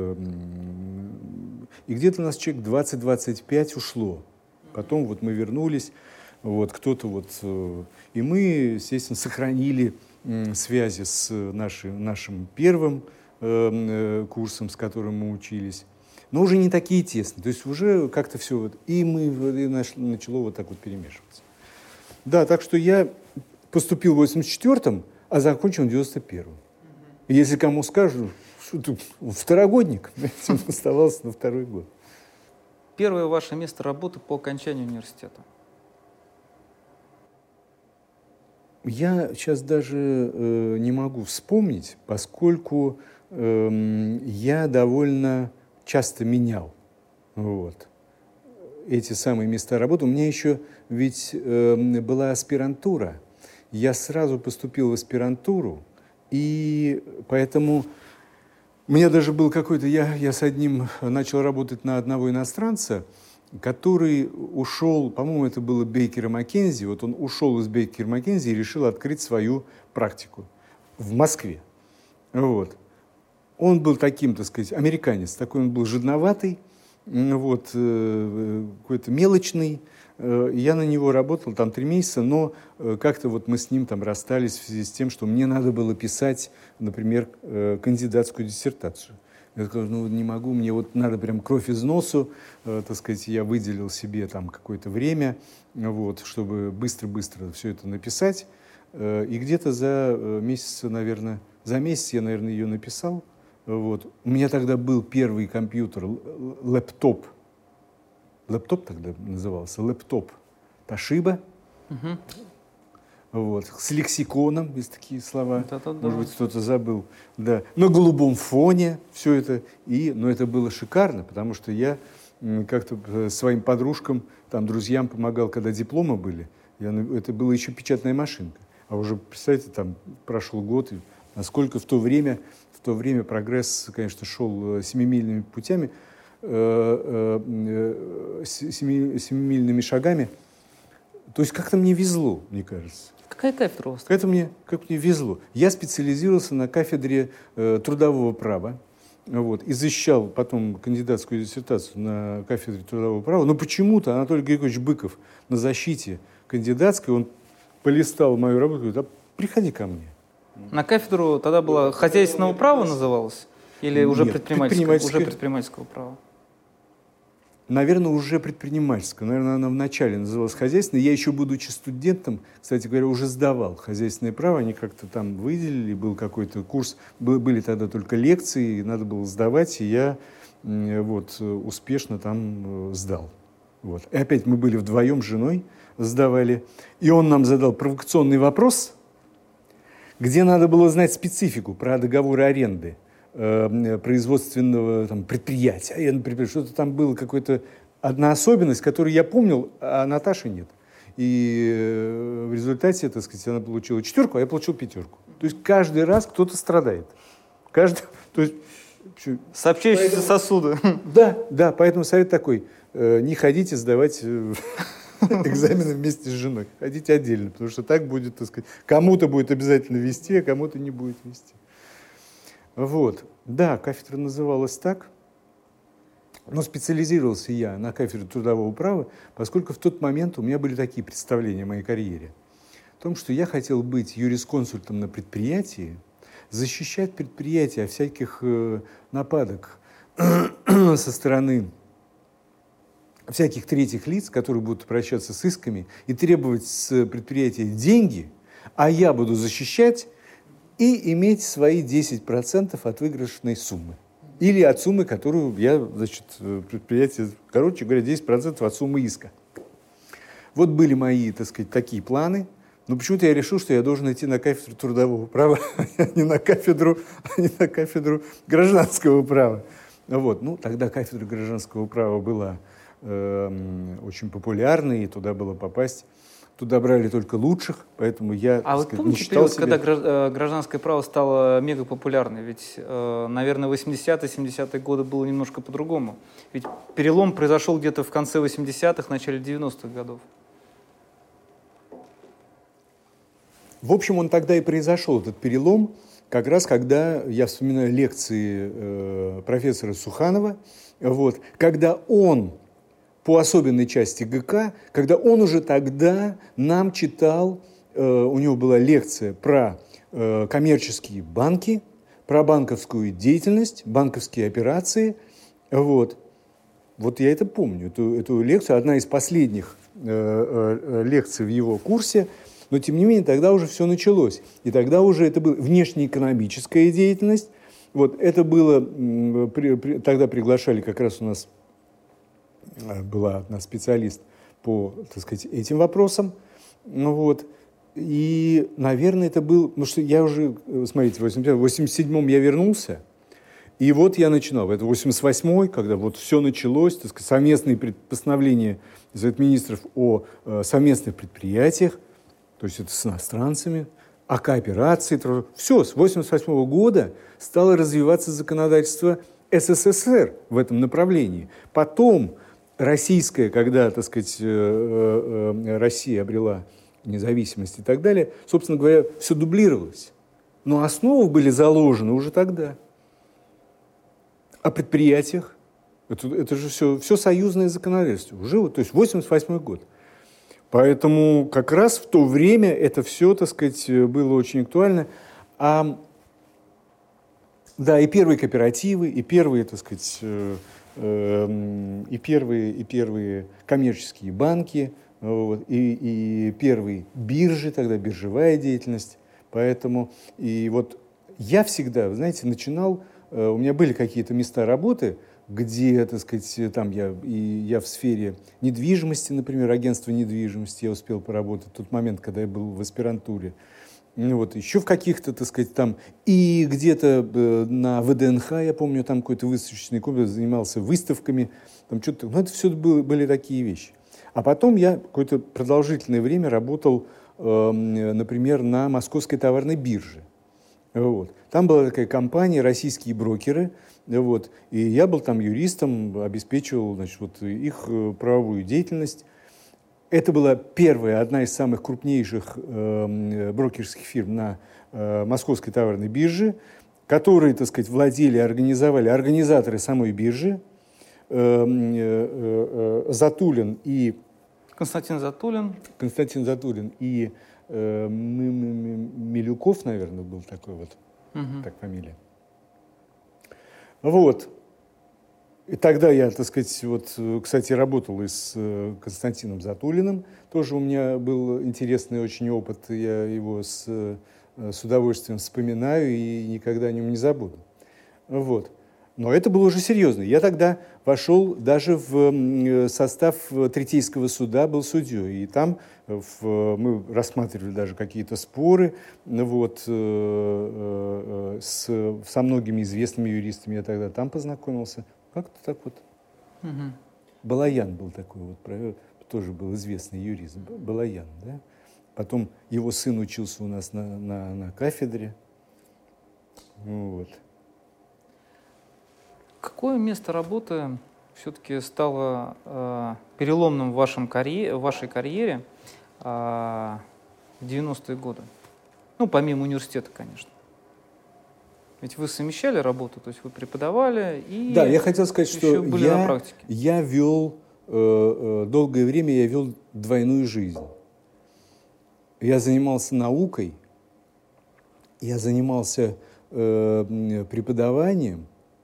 И где-то у нас человек 20-25 ушло. Потом вот мы вернулись, вот кто-то вот... И мы, естественно, сохранили связи с нашим первым курсом, с которым мы учились. Но уже не такие тесные. То есть уже как-то все... Вот, и начало вот так вот перемешиваться. Да, так что я поступил в 84-м, а закончил в 91-м. И если кому скажу, что ты второгодник, оставался на 2-й год. Первое ваше место работы по окончанию университета? Я сейчас даже не могу вспомнить, поскольку я довольно часто менял эти самые места работы. У меня еще ведь была аспирантура. Я сразу поступил в аспирантуру, и поэтому у меня даже был какой-то... Я с одним начал работать на одного иностранца, который ушел, по-моему, это было Бейкер и Маккензи, вот он ушел из Бейкер и Маккензи и решил открыть свою практику в Москве. Вот. Он был таким, так сказать, американец, такой он был жадноватый, вот, какой-то мелочный. Я на него работал там 3 месяца, но как-то вот мы с ним там расстались в связи с тем, что мне надо было писать, например, кандидатскую диссертацию. Я сказал, ну не могу, мне вот надо прям кровь из носу, так сказать, я выделил себе там какое-то время, вот, чтобы быстро-быстро все это написать. И где-то за месяц, наверное, я, наверное, ее написал. Вот. У меня тогда был первый компьютер, лэптоп. Лэптоп тогда назывался, лэптоп Toshiba. Вот. С лексиконом, есть такие слова. Может быть, кто-то забыл. Да. На голубом фоне все это. Но это было шикарно, потому что я как-то своим подружкам, там, друзьям помогал, когда дипломы были. Это была еще печатная машинка. А уже, представьте, там прошел год, и насколько в то время прогресс, конечно, шел семимильными путями, семимильными шагами. То есть как-то мне везло, мне кажется. Какая кафедра у вас? Как мне везло. Я специализировался на кафедре трудового права. Вот, и защищал потом кандидатскую диссертацию на кафедре трудового права. Но почему-то Анатолий Григорьевич Быков на защите кандидатской, он полистал мою работу и говорит, а приходи ко мне. На кафедру тогда была хозяйственного права называлась? Или уже Нет, предпринимательского права? Наверное, уже предпринимательского. Наверное, она вначале называлась хозяйственной. Я еще, будучи студентом, кстати говоря, уже сдавал хозяйственное право. Они как-то там выделили, был какой-то курс. Были тогда только лекции, надо было сдавать, и я вот успешно там сдал. Вот. И опять мы были вдвоем с женой, сдавали. И он нам задал провокационный вопрос, где надо было знать специфику про договоры аренды производственного там, предприятия. Например, что-то там было, одна особенность, которую я помнил, а Наташи нет. И в результате, так сказать, она получила 4, а я получил 5. То есть каждый раз кто-то страдает. Сообщающиеся сосуды. Да, поэтому совет такой: не ходите сдавать экзамены вместе с женой. Ходите отдельно, потому что так будет, так сказать, кому-то будет обязательно вести, а кому-то не будет вести. Вот. Да, кафедра называлась так, но специализировался я на кафедре трудового права, поскольку в тот момент у меня были такие представления о моей карьере. В том, что я хотел быть юрисконсультом на предприятии, защищать предприятие от всяких нападок со стороны всяких третьих лиц, которые будут обращаться с исками и требовать с предприятия деньги, а я буду защищать и иметь свои 10% от выигрышной суммы. Или от суммы, которую я, значит, предприятие, короче говоря, 10% от суммы иска. Вот были мои, так сказать, такие планы. Но почему-то я решил, что я должен идти на кафедру трудового права, а не на кафедру гражданского права. Вот. Ну, тогда кафедра гражданского права была очень популярной, и туда было попасть. Туда брали только лучших, поэтому я, А сказать, вы помните не считал период, себя... когда гражданское право стало мега популярным? Ведь, наверное, 80-е годы было немножко по-другому. Ведь перелом произошел где-то в конце 80-х, начале 90-х годов. В общем, он тогда и произошел, этот перелом, как раз когда я вспоминаю лекции профессора Суханова, вот, когда он по особенной части ГК, когда он уже тогда нам читал, у него была лекция про коммерческие банки, про банковскую деятельность, банковские операции. Вот я это помню, эту лекцию, одна из последних лекций в его курсе, но тем не менее тогда уже все началось. И тогда уже это была внешнеэкономическая деятельность. Вот это было, тогда приглашали как раз у нас, была одна специалист по, так сказать, этим вопросам. Ну, вот. И, наверное, это был... Потому что я уже, смотрите, в 87-м я вернулся, и вот я начинал. Это 88-й, когда вот все началось, так сказать, совместные постановления Совета министров о совместных предприятиях, то есть это с иностранцами, о кооперации. Все, с 88-го года стало развиваться законодательство СССР в этом направлении. Потом российская, когда, так сказать, Россия обрела независимость и так далее, собственно говоря, все дублировалось. Но основы были заложены уже тогда. О предприятиях. Это же все союзное законодательство. Уже, то есть 88-й год. Поэтому как раз в то время это все, так сказать, было очень актуально. Да, и первые кооперативы, и первые, так сказать, и первые коммерческие банки, вот, и первые биржи, тогда биржевая деятельность. Поэтому и вот я всегда, вы знаете, начинал, у меня были какие-то места работы, где, так сказать, там я в сфере недвижимости, например, агентство недвижимости, я успел поработать в тот момент, когда я был в аспирантуре. Вот, еще в каких-то, так сказать, там, и где-то на ВДНХ, я помню, там какой-то выставочный комплекс, занимался выставками, там что-то, ну, это все были такие вещи. А потом я какое-то продолжительное время работал, например, на Московской товарной бирже. Вот. Там была такая компания «Российские брокеры», вот, и я был там юристом, обеспечивал, значит, вот, их правовую деятельность. Это была первая, одна из самых крупнейших брокерских фирм на Московской товарной бирже, которые, так сказать, владели, организовали организаторы самой биржи, Затулин и... Константин Затулин и Милюков, наверное, был такой вот, так фамилия. Вот. И тогда я, так сказать, вот, кстати, работал и с Константином Затулиным. Тоже у меня был интересный очень опыт. Я его с удовольствием вспоминаю и никогда о нем не забуду. Вот. Но это было уже серьезно. Я тогда вошел даже в состав Третейского суда, был судьей. И там мы рассматривали даже какие-то споры вот, со многими известными юристами. Я тогда там познакомился. Как-то так вот. Угу. Балаян был такой вот, тоже был известный юрист. Балаян, да? Потом его сын учился у нас на кафедре. Вот. Какое место работы все-таки стало переломным в вашей карьере в 90-е годы? Ну, помимо университета, конечно. Ведь вы совмещали работу, то есть вы преподавали и да, я хотел сказать, что были на практике. Я вел, долгое время я вел двойную жизнь. Я занимался наукой, я занимался преподаванием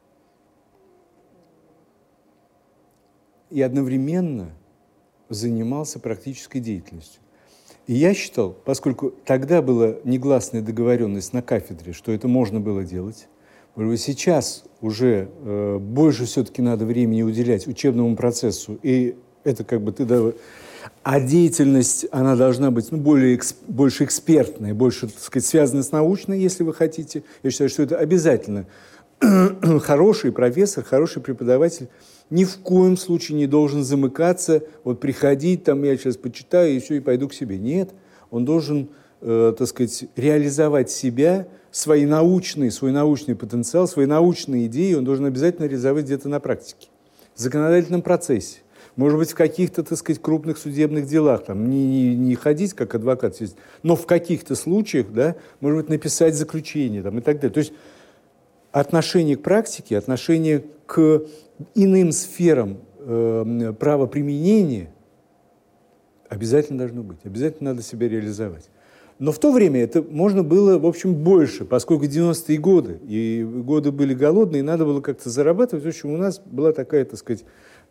и одновременно занимался практической деятельностью. И я считал, поскольку тогда была негласная договоренность на кафедре, что это можно было делать, сейчас уже больше все-таки надо времени уделять учебному процессу, и это как бы а деятельность, она должна быть больше экспертная, больше, так сказать, связана с научной, если вы хотите. Я считаю, что это обязательно. Хороший профессор, хороший преподаватель ни в коем случае не должен замыкаться, вот приходить, там я сейчас почитаю и все, и пойду к себе. Нет, он должен, так сказать, реализовать себя, свой научный потенциал, свои научные идеи он должен обязательно реализовать где-то на практике, в законодательном процессе. Может быть, в каких-то, так сказать, крупных судебных делах, там, не ходить как адвокат, но в каких-то случаях, да, может быть, написать заключение там, и так далее. То есть отношение к практике, отношение к иным сферам правоприменения обязательно должно быть, обязательно надо себя реализовать. Но в то время это можно было, в общем, больше, поскольку 90-е годы, и годы были голодные, и надо было как-то зарабатывать. В общем, у нас была такая, так сказать,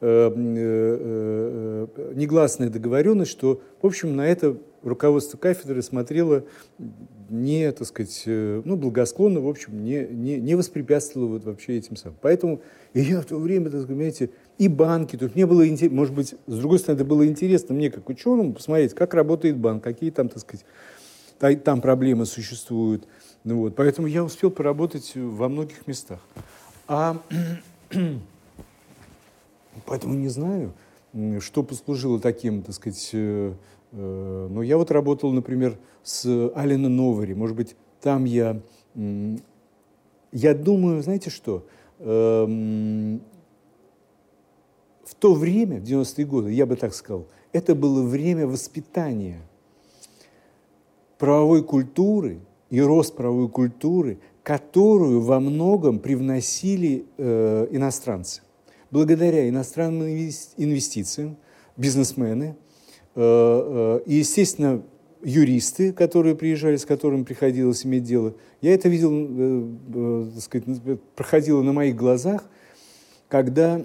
негласная договоренность, что, в общем, на это руководство кафедры смотрело не, так сказать, благосклонно, в общем, не воспрепятствовало вот вообще этим самым. Поэтому я в то время, так сказать, понимаете, и банки, то есть мне было интересно, может быть, с другой стороны, это было интересно мне, как ученому, посмотреть, как работает банк, какие там, так сказать, там проблемы существуют. Ну, вот. Поэтому я успел поработать во многих местах. Поэтому не знаю, что послужило таким, так сказать, но я вот работал, например, с Алена Новари, может быть, там я думаю, знаете что, в то время, в 90-е годы, я бы так сказал, это было время воспитания правовой культуры и рост правовой культуры, которую во многом привносили иностранцы. Благодаря иностранным инвестициям, бизнесмены и, естественно, юристы, которые приезжали, с которыми приходилось иметь дело. Я это видел, так сказать, проходило на моих глазах, когда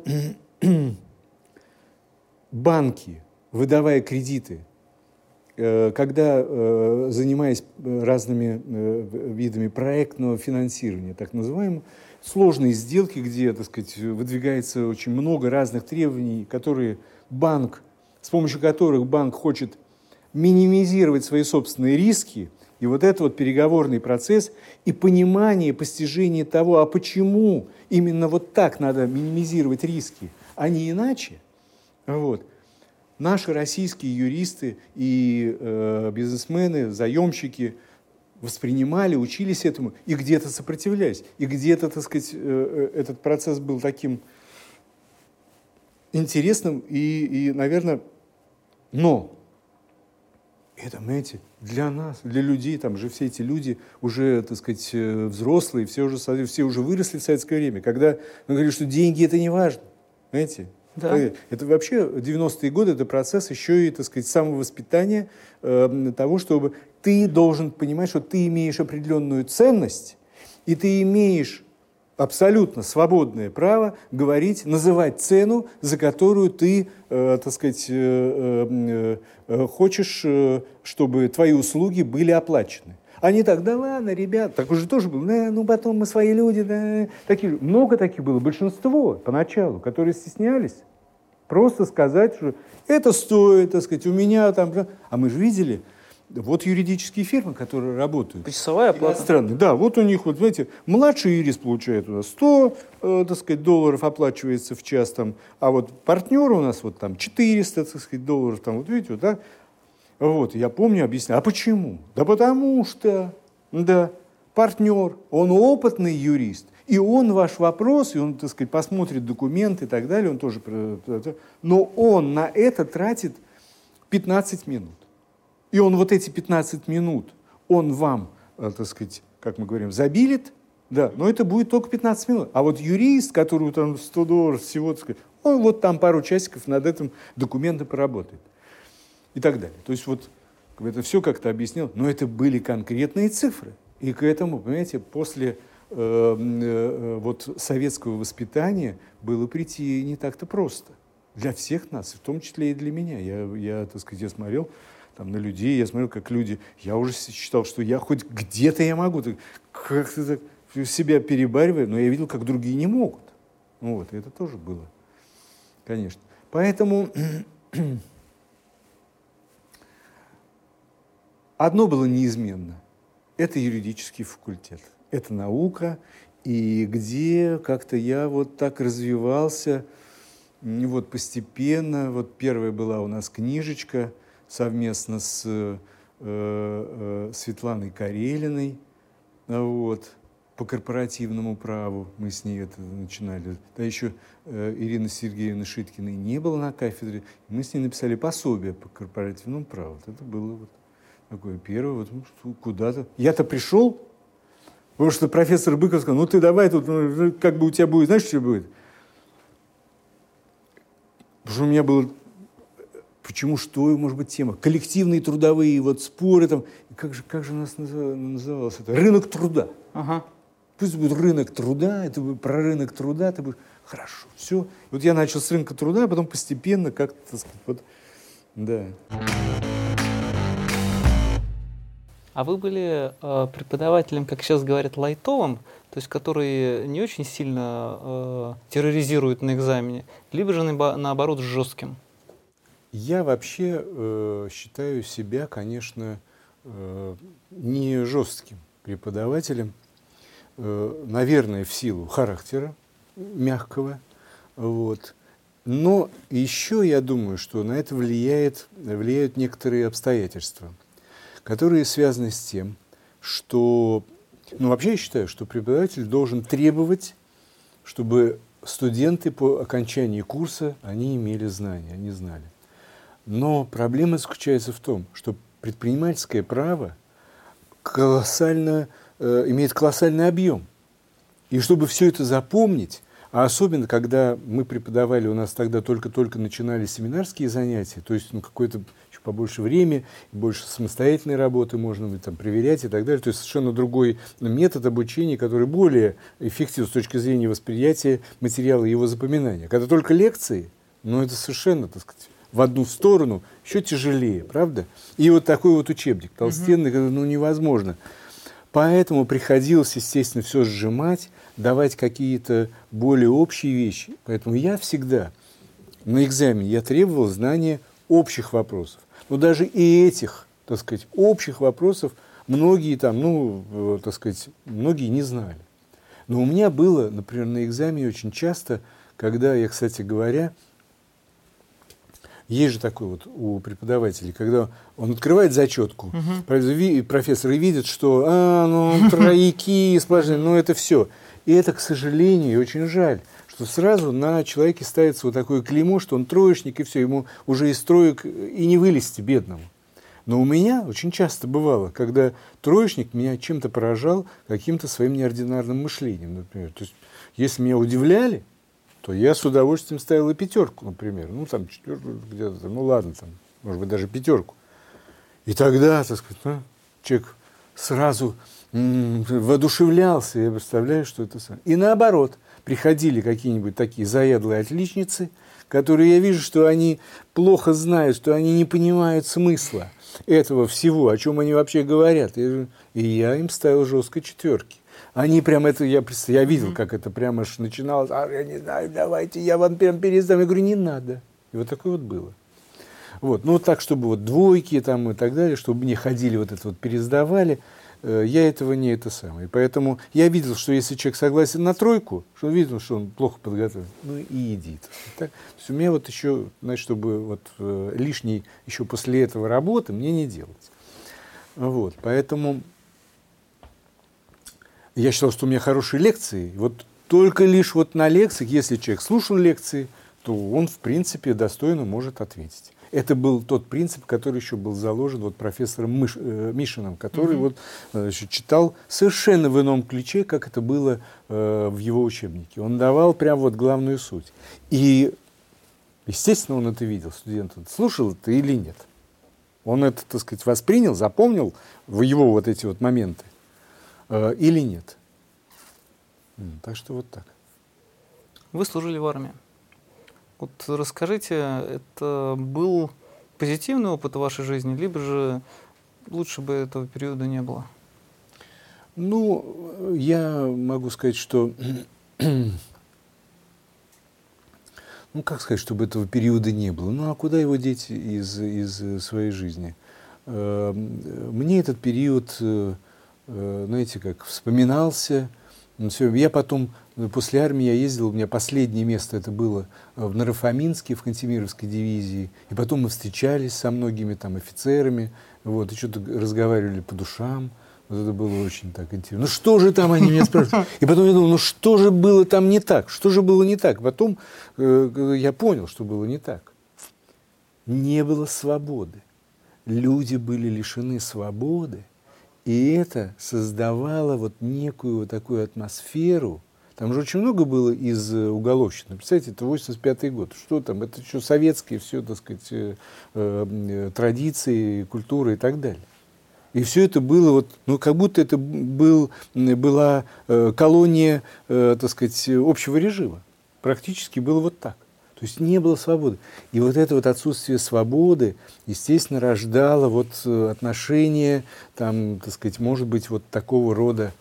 банки, выдавая кредиты, когда, занимаясь разными видами проектного финансирования, так называемого, сложные сделки, где, так сказать, выдвигается очень много разных требований, с помощью которых банк хочет минимизировать свои собственные риски, и вот этот вот переговорный процесс и понимание, постижение того, а почему именно вот так надо минимизировать риски, а не иначе. Вот. Наши российские юристы и бизнесмены, заемщики воспринимали, учились этому и где-то сопротивлялись. И где-то, так сказать, этот процесс был таким интересным и, наверное, но это, знаете, для нас, для людей, там же все эти люди уже, так сказать, взрослые, все уже выросли в советское время, когда мы говорили, что деньги это не важно, знаете. Да. Это вообще 90-е годы, это процесс еще и, так сказать, самовоспитания того, чтобы ты должен понимать, что ты имеешь определенную ценность, и ты имеешь абсолютно свободное право говорить, называть цену, за которую ты, так сказать, хочешь, чтобы твои услуги были оплачены. Они так, да ладно, ребят, так уже тоже было, да, ну потом мы свои люди, да, такие, много таких было, большинство поначалу, которые стеснялись просто сказать, что это стоит, так сказать, у меня там, а мы же видели, вот юридические фирмы, которые работают. Почасовая оплата. Иностранные. Да, вот у них, вот, знаете, младший юрист получает у нас 100, так сказать, долларов оплачивается в час, там, а вот партнер у нас вот там 400, так сказать, долларов, там, вот видите, вот, да. Вот, я помню, объяснял, а почему? Да потому что, да, партнер, он опытный юрист, и он ваш вопрос, и он, так сказать, посмотрит документы и так далее, он тоже, но он на это тратит 15 минут. И он вот эти 15 минут, он вам, так сказать, как мы говорим, забилит, да, но это будет только 15 минут. А вот юрист, которому там $100 всего, так сказать, он вот там пару часиков над этим документом поработает. И так далее. То есть вот это все как-то объяснил, но это были конкретные цифры. И к этому, понимаете, после вот советского воспитания было прийти не так-то просто. Для всех нас, в том числе и для меня. Я так сказать, я смотрел там, на людей, я смотрел, как люди... Я уже считал, что я хоть где-то я могу. Как-то так себя перебариваю, но я видел, как другие не могут. Вот, и это тоже было, конечно. Поэтому... Одно было неизменно – это юридический факультет, это наука, и где как-то я вот так развивался, вот постепенно. Вот первая была у нас книжечка совместно с Светланой Карелиной, вот, по корпоративному праву. Мы с ней это начинали. Да еще Ирины Сергеевны Шиткиной не было на кафедре. Мы с ней написали пособие по корпоративному праву. Вот это было вот такое первое, вот, куда-то. Я-то пришел, потому что профессор Быков сказал, ну ты давай тут, ну, как бы у тебя будет, знаешь, что будет? Потому что у меня было, почему, что, может быть, тема? Коллективные трудовые вот споры, там, как же у нас называлось это? Рынок труда. Ага. Пусть будет рынок труда, это будет про рынок труда, это будет хорошо, все. Вот я начал с рынка труда, а потом постепенно как-то, так сказать, вот, да. А вы были преподавателем, как сейчас говорят, лайтовым, то есть который не очень сильно терроризирует на экзамене, либо же наоборот жестким? Я вообще считаю себя, конечно, не жестким преподавателем, наверное, в силу характера мягкого, вот. Но еще я думаю, что на это влияют некоторые обстоятельства, которые связаны с тем, что, ну, вообще я считаю, что преподаватель должен требовать, чтобы студенты по окончании курса, они имели знания, они знали. Но проблема заключается в том, что предпринимательское право имеет колоссальный объем. И чтобы все это запомнить, а особенно, когда мы преподавали, у нас тогда только-только начинались семинарские занятия, то есть какое-то еще побольше времени, больше самостоятельной работы можно там проверять и так далее. То есть совершенно другой метод обучения, который более эффективен с точки зрения восприятия материала и его запоминания. Когда только лекции, ну это совершенно, так сказать, в одну сторону, еще тяжелее, правда? И вот такой вот учебник толстенный, ну невозможно. Поэтому приходилось, естественно, все сжимать, давать какие-то более общие вещи. Поэтому я всегда на экзамене я требовал знания общих вопросов. Но даже и этих, так сказать, общих вопросов многие там, ну, так сказать, многие не знали. Но у меня было, например, на экзамене очень часто, когда я, кстати говоря, есть же такой вот у преподавателей, когда он открывает зачетку, профессор и видит, что ну, трояки сплошные, ну это все. И это, к сожалению, и очень жаль, что сразу на человеке ставится вот такое клеймо, что он троечник, и все, ему уже из троек и не вылезти бедному. Но у меня очень часто бывало, когда троечник меня чем-то поражал каким-то своим неординарным мышлением, например. То есть, если меня удивляли, то я с удовольствием ставил и пятерку, например. Ну, там, четверку где-то, ну, ладно, там, может быть, даже пятерку. И тогда, так сказать, человек сразу воодушевлялся, я представляю, что это самое. И наоборот, приходили какие-нибудь такие заядлые отличницы, которые, я вижу, что они плохо знают, что они не понимают смысла этого всего, о чем они вообще говорят. И я им ставил жестко 4. Они прям это, я видел, как это прямо аж начиналось. Я не знаю, давайте, я вам прям пересдам. Я говорю, не надо. И вот такое вот было. Вот. Ну, вот так, чтобы вот 2 там и так далее, чтобы мне ходили вот это вот пересдавали, я этого не это самое. Поэтому я видел, что если человек согласен на 3, что он видел, что он плохо подготовлен, ну и иди. Так? То есть у меня вот еще, значит, чтобы вот лишней еще после этого работы мне не делать. Вот. Поэтому я считал, что у меня хорошие лекции. Вот только лишь вот на лекциях, если человек слушал лекции, то он, в принципе, достойно может ответить. Это был тот принцип, который еще был заложен вот профессором Мишиным, который вот, читал совершенно в ином ключе, как это было в его учебнике. Он давал прям вот главную суть. И, естественно, он это видел, студент слушал это или нет. Он это, так сказать, воспринял, запомнил в его вот эти вот моменты или нет. Так что вот так. Вы служили в армии. Вот расскажите, это был позитивный опыт в вашей жизни, либо же лучше бы этого периода не было? Ну, я могу сказать, что... Ну, как сказать, чтобы этого периода не было? Ну, а куда его деть из своей жизни? Мне этот период, знаете, как вспоминался. Я потом, после армии я ездил, у меня последнее место это было в Наро-Фоминске, в Кантемировской дивизии. И потом мы встречались со многими там офицерами, вот, и что-то разговаривали по душам. Вот это было очень так интересно. Ну что же там, они меня спрашивают. И потом я думал, ну что же было там не так? Что же было не так? Потом я понял, что было не так. Не было свободы. Люди были лишены свободы. И это создавало вот некую вот такую атмосферу. Там же очень много было из уголовщины. Представляете, это 85-й год. Что там? Это еще советские все, так сказать, традиции, культура и так далее. И все это было вот, ну, как будто это была колония, так сказать, общего режима. Практически было вот так. То есть не было свободы. И вот это вот отсутствие свободы, естественно, рождало вот отношения, там, так сказать, может быть, вот такого рода,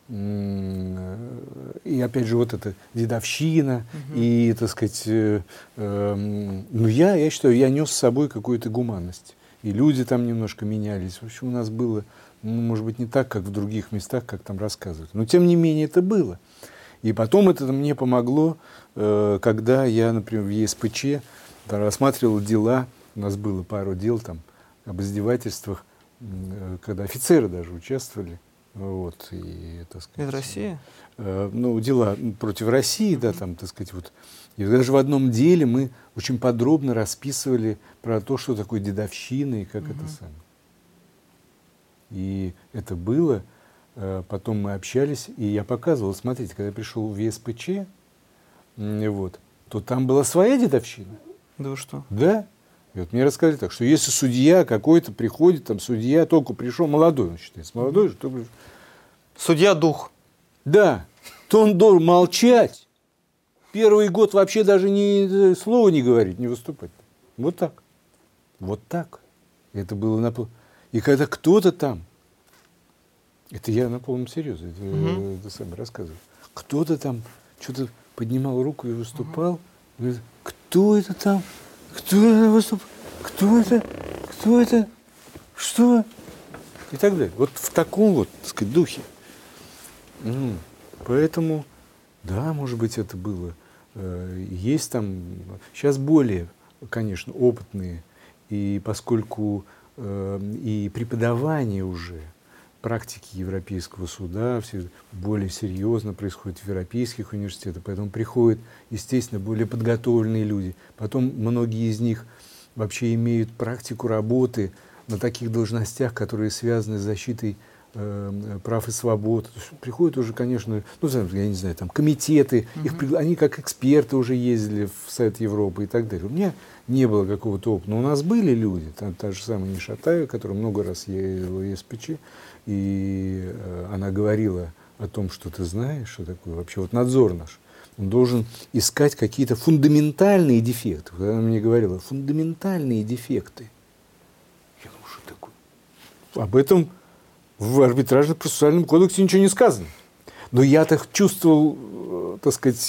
и опять же вот эта дедовщина, и, так сказать, ну, я считаю, я нес с собой какую-то гуманность. И люди там немножко менялись. В общем, у нас было, ну, может быть, не так, как в других местах, как там рассказывают. Но, тем не менее, это было. И потом это мне помогло, когда я, например, в ЕСПЧ рассматривал дела, у нас было пару дел там об издевательствах, когда офицеры даже участвовали. Вот, и, так сказать, из России? Ну, дела против России, да, там, так сказать, вот. И даже в одном деле мы очень подробно расписывали про то, что такое дедовщина и как это самое. И это было. Потом мы общались, и я показывал, смотрите, когда я пришел в ЕСПЧ, вот, то там была своя дедовщина. Да вы что? Да. И вот мне рассказали так, что если судья какой-то приходит, там судья только пришел, молодой он считается, молодой же, только... Судья дух. Да, то он должен молчать. Первый год вообще даже ни слова не говорить, не выступать. Вот так. Вот так. Это было на... И когда кто-то там, это я на полном серьезе, это сам рассказываю, кто-то там что-то поднимал руку и выступал, говорит, кто это там? Кто это выступает? Кто это? Кто это? Что? И так далее. Вот в таком вот, так сказать, духе. Поэтому, да, может быть, это было. Есть там, сейчас более, конечно, опытные, и поскольку и преподавание уже, практики Европейского суда все более серьезно происходит в европейских университетах, поэтому приходят, естественно, более подготовленные люди. Потом многие из них вообще имеют практику работы на таких должностях, которые связаны с защитой прав и свобод. Приходят уже, конечно, ну, я не знаю, там, комитеты, они как эксперты уже ездили в Совет Европы и так далее. У меня не было какого-то опыта. Но у нас были люди, там та же самая Нишатаева, которая много раз ездила в ЕСПЧ, и она говорила о том, что ты знаешь, что такое вообще вот надзор наш. Он должен искать какие-то фундаментальные дефекты. Когда она мне говорила, фундаментальные дефекты. Я думаю, что такое? Об этом в арбитражно-процессуальном кодексе ничего не сказано. Но я так чувствовал, так сказать,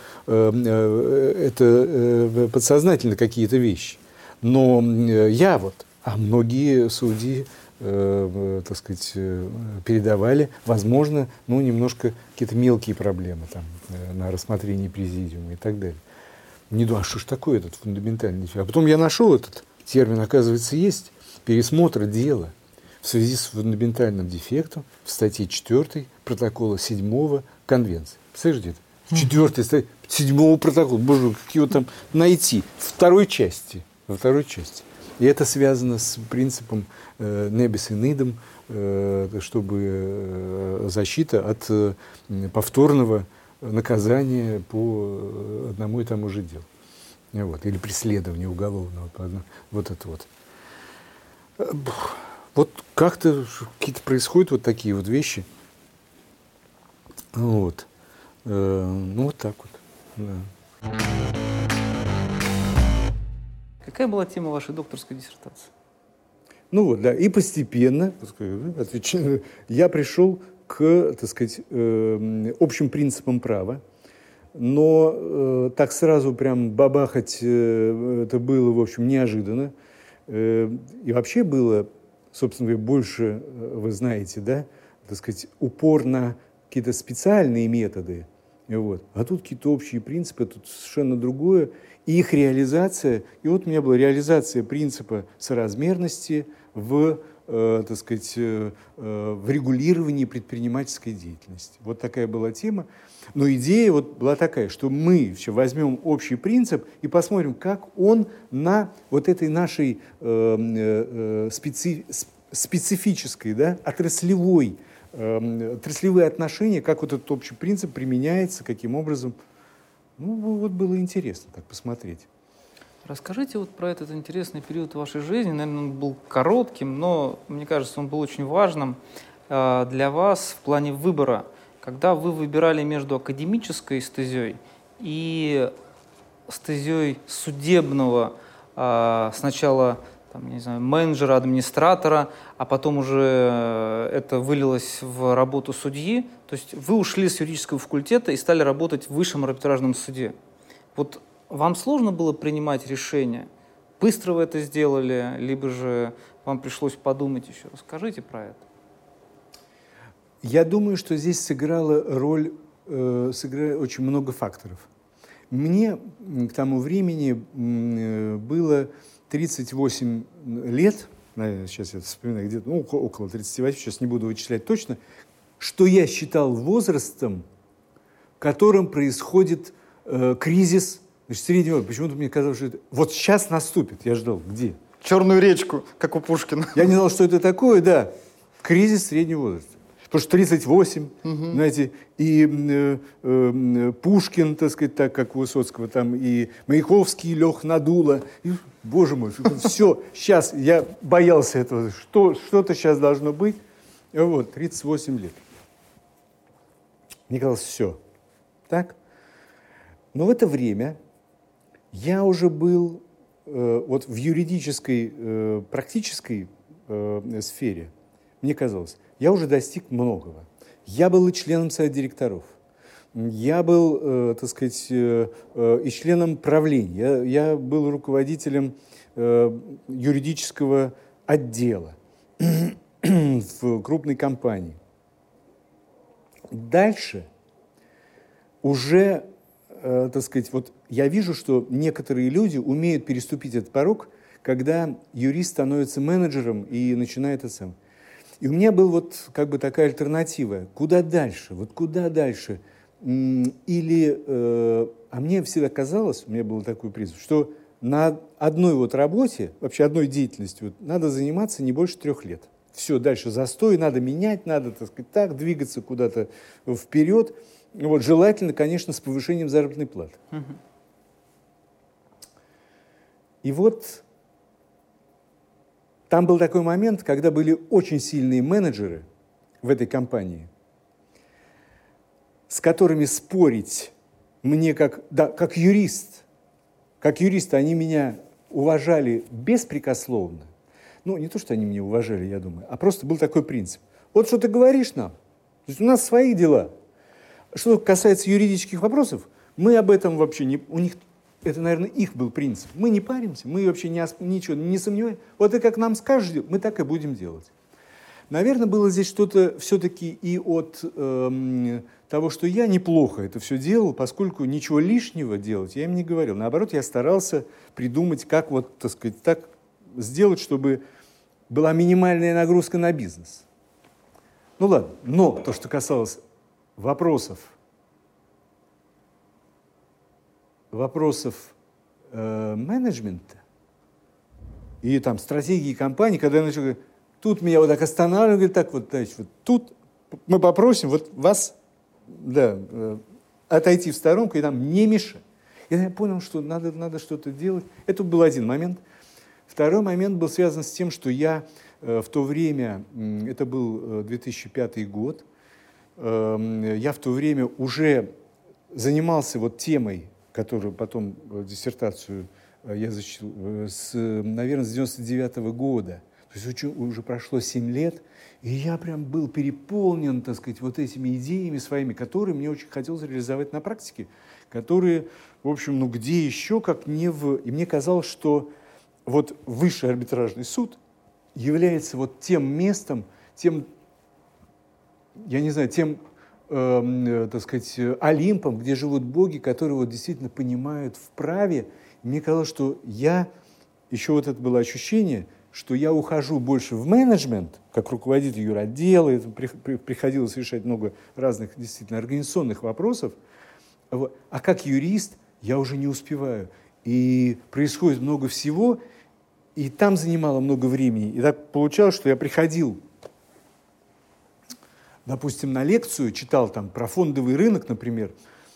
это подсознательно какие-то вещи. Но я вот, а многие судьи, так сказать, передавали, возможно, ну, немножко какие-то мелкие проблемы там, на рассмотрении президиума и так далее. Не думаю, а что ж такое этот фундаментальный дефект? А потом я нашел этот термин, оказывается, есть, пересмотр дела в связи с фундаментальным дефектом в статье 4 протокола 7 Конвенции. Представляешь, где-то? 4 статья 7 протокола. Боже, как его там найти? Во второй части. И это связано с принципом небис in idem, чтобы защита от повторного наказания по одному и тому же делу. Вот. Или преследования уголовного. Вот это вот. Вот как-то какие-то происходят вот такие вот вещи. Вот. Ну, вот так вот. Да. Какая была тема вашей докторской диссертации? Ну вот, да, и постепенно я пришел к, так сказать, общим принципам права, но так сразу прям бабахать это было, в общем, неожиданно. И вообще было, собственно говоря, больше, вы знаете, да, так сказать, упор на какие-то специальные методы, вот. А тут какие-то общие принципы, тут совершенно другое. И их реализация, и вот у меня была реализация принципа соразмерности в, так сказать, в регулировании предпринимательской деятельности. Вот такая была тема. Но идея вот была такая, что мы вообще возьмем общий принцип и посмотрим, как он на вот этой нашей специфической, да, отраслевые отношения, как вот этот общий принцип применяется, каким образом. Ну, вот было интересно так посмотреть. Расскажите вот про этот интересный период вашей жизни. Наверное, он был коротким, но, мне кажется, он был очень важным для вас в плане выбора. Когда вы выбирали между академической стезей и стезей судебного, сначала там, я не знаю, менеджера, администратора, а потом уже это вылилось в работу судьи. То есть вы ушли с юридического факультета и стали работать в высшем арбитражном суде. Вот вам сложно было принимать решение? Быстро вы это сделали, либо же вам пришлось подумать еще? Расскажите про это. Я думаю, что здесь сыграла роль очень много факторов. Мне к тому времени было 38 лет, наверное, сейчас я вспоминаю, где-то около 38, сейчас не буду вычислять точно, что я считал возрастом, в котором происходит кризис, значит, среднего. Почему-то мне казалось, что это вот сейчас наступит. Я ждал. Где? Черную речку, как у Пушкина. Я не знал, что это такое, да. Кризис среднего возраста. Потому что 38, знаете, и Пушкин, так сказать, так как у Высоцкого, там и Маяковский лег надуло. И, боже мой, все, сейчас я боялся этого, что-то сейчас должно быть. Вот, 38 лет. Мне казалось, все. Так? Но в это время я уже был вот в юридической, практической сфере, мне казалось, я уже достиг многого. Я был и членом совета директоров. Я был, так сказать, и членом правления. Я был руководителем юридического отдела в крупной компании. Дальше уже, так сказать, вот я вижу, что некоторые люди умеют переступить этот порог, когда юрист становится менеджером и начинает это сам. И у меня была вот как бы такая альтернатива. Куда дальше? Вот куда дальше? Или, а мне всегда казалось, у меня был такой принцип, что на одной вот работе, вообще одной деятельностью, надо заниматься не больше 3 лет. все, дальше застой, надо менять, надо, так сказать, так, двигаться куда-то вперед. Вот, желательно, конечно, с повышением заработной платы. И вот там был такой момент, когда были очень сильные менеджеры в этой компании, с которыми спорить мне как юрист, они меня уважали беспрекословно. Ну, не то, что они меня уважали, я думаю, а просто был такой принцип. Вот что ты говоришь нам, то есть у нас свои дела. Что касается юридических вопросов, мы об этом вообще не... У них, это, наверное, их был принцип. Мы не паримся, мы вообще ничего не сомневаемся. Вот ты как нам скажешь, мы так и будем делать. Наверное, было здесь что-то все-таки и от того, что я неплохо это все делал, поскольку ничего лишнего делать я им не говорил. Наоборот, я старался придумать, как вот, так сказать, так сделать, чтобы была минимальная нагрузка на бизнес. Ну ладно, но то, что касалось вопросов менеджмента и там стратегии компании, когда я начал говорить, тут меня вот так останавливают, говорит, так вот, товарищ, вот тут мы попросим вот вас отойти в сторонку и там не мешать. Я понял, что надо что-то делать. Это был один момент. Второй момент был связан с тем, что я в то время, это был 2005 год, я в то время уже занимался вот темой, которую потом диссертацию я защитил, наверное, с 99 года. То есть уже прошло 7 лет, и я прям был переполнен, так сказать, вот этими идеями своими, которые мне очень хотелось реализовать на практике, которые, в общем, ну где еще, как не в... И мне казалось, что вот Высший арбитражный суд является вот тем местом, тем, я не знаю, тем, так сказать, Олимпом, где живут боги, которые вот действительно понимают в праве. И мне казалось, что я, еще вот это было ощущение, что я ухожу больше в менеджмент, как руководитель юротдела, и приходилось решать много разных действительно организационных вопросов, а как юрист я уже не успеваю. И происходит много всего, и там занимало много времени. И так получалось, что я приходил, допустим, на лекцию, читал там про фондовый рынок, например,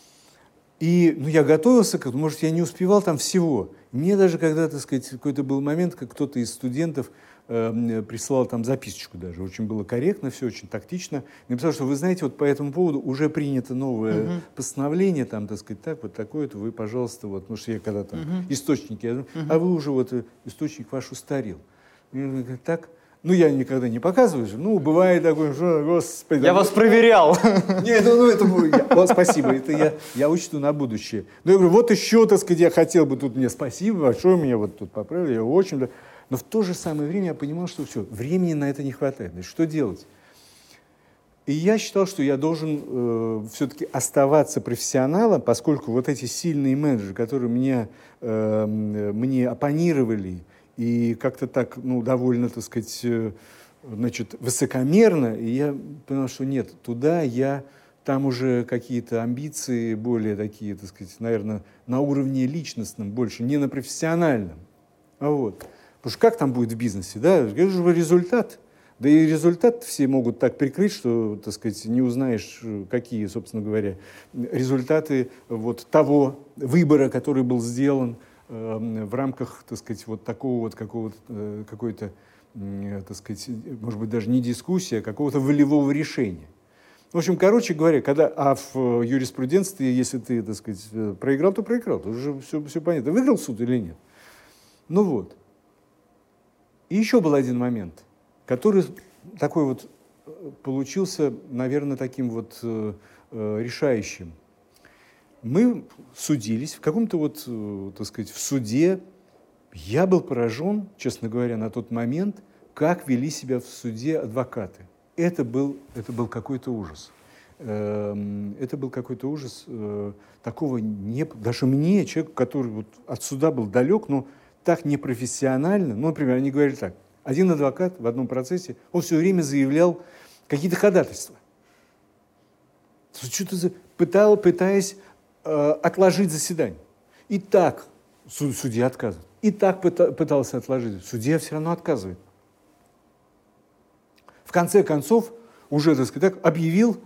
и я готовился, может, я не успевал там всего. Мне даже когда, так сказать, какой-то был момент, как кто-то из студентов прислал там записочку даже. Очень было корректно, все очень тактично. Написал, что вы знаете, вот по этому поводу уже принято новое постановление, там, так сказать, так, вот такое-то, вы, пожалуйста, вот, потому что я когда там источники, я думаю, а вы уже вот источник ваш устарел. Я говорю, так. Я никогда не показываю. Бывает такое, что, господи. Я вас проверял. Нет, спасибо, это я учту на будущее. Я говорю, вот еще, так сказать, я хотел бы тут, мне спасибо большое, меня вот тут поправили, я очень... Но в то же самое время я понимал, что все, времени на это не хватает. Значит, что делать? И я считал, что я должен все-таки оставаться профессионалом, поскольку вот эти сильные менеджеры, которые мне оппонировали, и как-то так, довольно, так сказать, высокомерно. И я понял, что нет, там уже какие-то амбиции более такие, так сказать, наверное, на уровне личностном больше, не на профессиональном. Вот. Потому что как там будет в бизнесе, да? Это же результат. Да и результат все могут так прикрыть, что, так сказать, не узнаешь, какие, собственно говоря, результаты вот того выбора, который был сделан в рамках, так сказать, вот такого вот какой-то, так сказать, может быть, даже не дискуссии, а какого-то волевого решения. В общем, короче говоря, в юриспруденции, если ты, так сказать, проиграл, то проиграл, то уже все понятно. Выиграл суд или нет? Вот. И еще был один момент, который такой вот получился, наверное, таким вот решающим. Мы судились в каком-то вот, так сказать, в суде. Я был поражен, честно говоря, на тот момент, как вели себя в суде адвокаты. Это был какой-то ужас. Это был какой-то ужас. Такого даже мне, человеку, который вот от суда был далек, но так непрофессионально. Например, они говорили так. Один адвокат в одном процессе, он все время заявлял какие-то ходатайства. Что-то пытаясь отложить заседание. И так судья отказывает. И так пытался отложить. Судья все равно отказывает. в конце концов уже, так сказать, заявил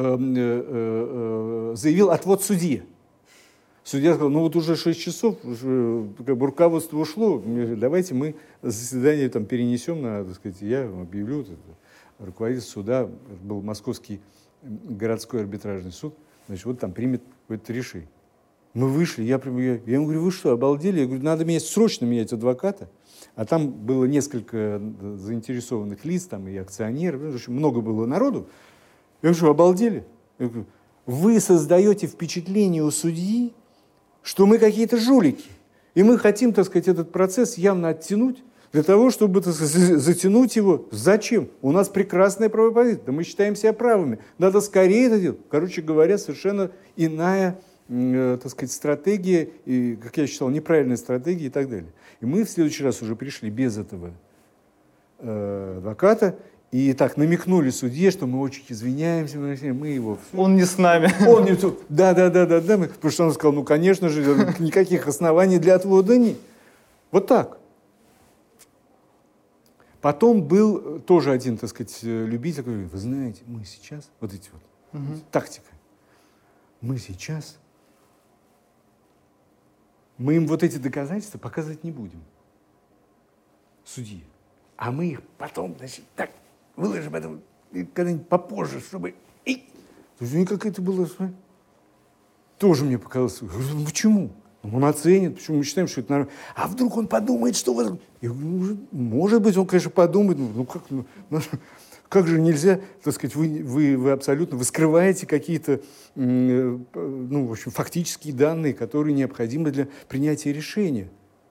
отвод судье. Судья сказал, ну вот уже 6 часов, уже, как бы, руководство ушло, давайте мы заседание там перенесем на, так сказать, я объявлю, руководитель суда, это был Московский городской арбитражный суд, значит, вот там примет какое-то решение. Мы вышли, я ему говорю, вы что, обалдели? Я говорю, надо срочно менять адвоката. А там было несколько заинтересованных лиц, там и акционеров, в общем, много было народу. Я говорю, что, обалдели? Я говорю, вы создаете впечатление у судьи, что мы какие-то жулики. И мы хотим, так сказать, этот процесс явно оттянуть для того, чтобы, так сказать, затянуть его. Зачем? У нас прекрасная правовая позиция. Да мы считаем себя правыми. Надо скорее это делать. Короче говоря, совершенно иная, так сказать, стратегия, и, как я считал, неправильная стратегия и так далее. И мы в следующий раз уже пришли без этого адвоката, и так намекнули судье, что мы очень извиняемся, мы его... Он не с нами. Он не тут. Да. Потому что он сказал, ну, конечно же, никаких оснований для отвода нет. Вот так. Потом был тоже один, так сказать, любитель, который, вы знаете, мы сейчас, вот эти вот, тактика, мы сейчас, мы им вот эти доказательства показывать не будем, судьи, а мы их потом, значит, так, выложим это когда-нибудь попозже, чтобы... То есть у них какая-то была... Тоже мне показалось. Почему? Он оценит, почему мы считаем, что это нормально. А вдруг он подумает, что... Я говорю, может быть, он, конечно, подумает. Как же нельзя, так сказать, вы абсолютно... Вы скрываете какие-то, в общем, фактические данные, которые необходимы для принятия решения.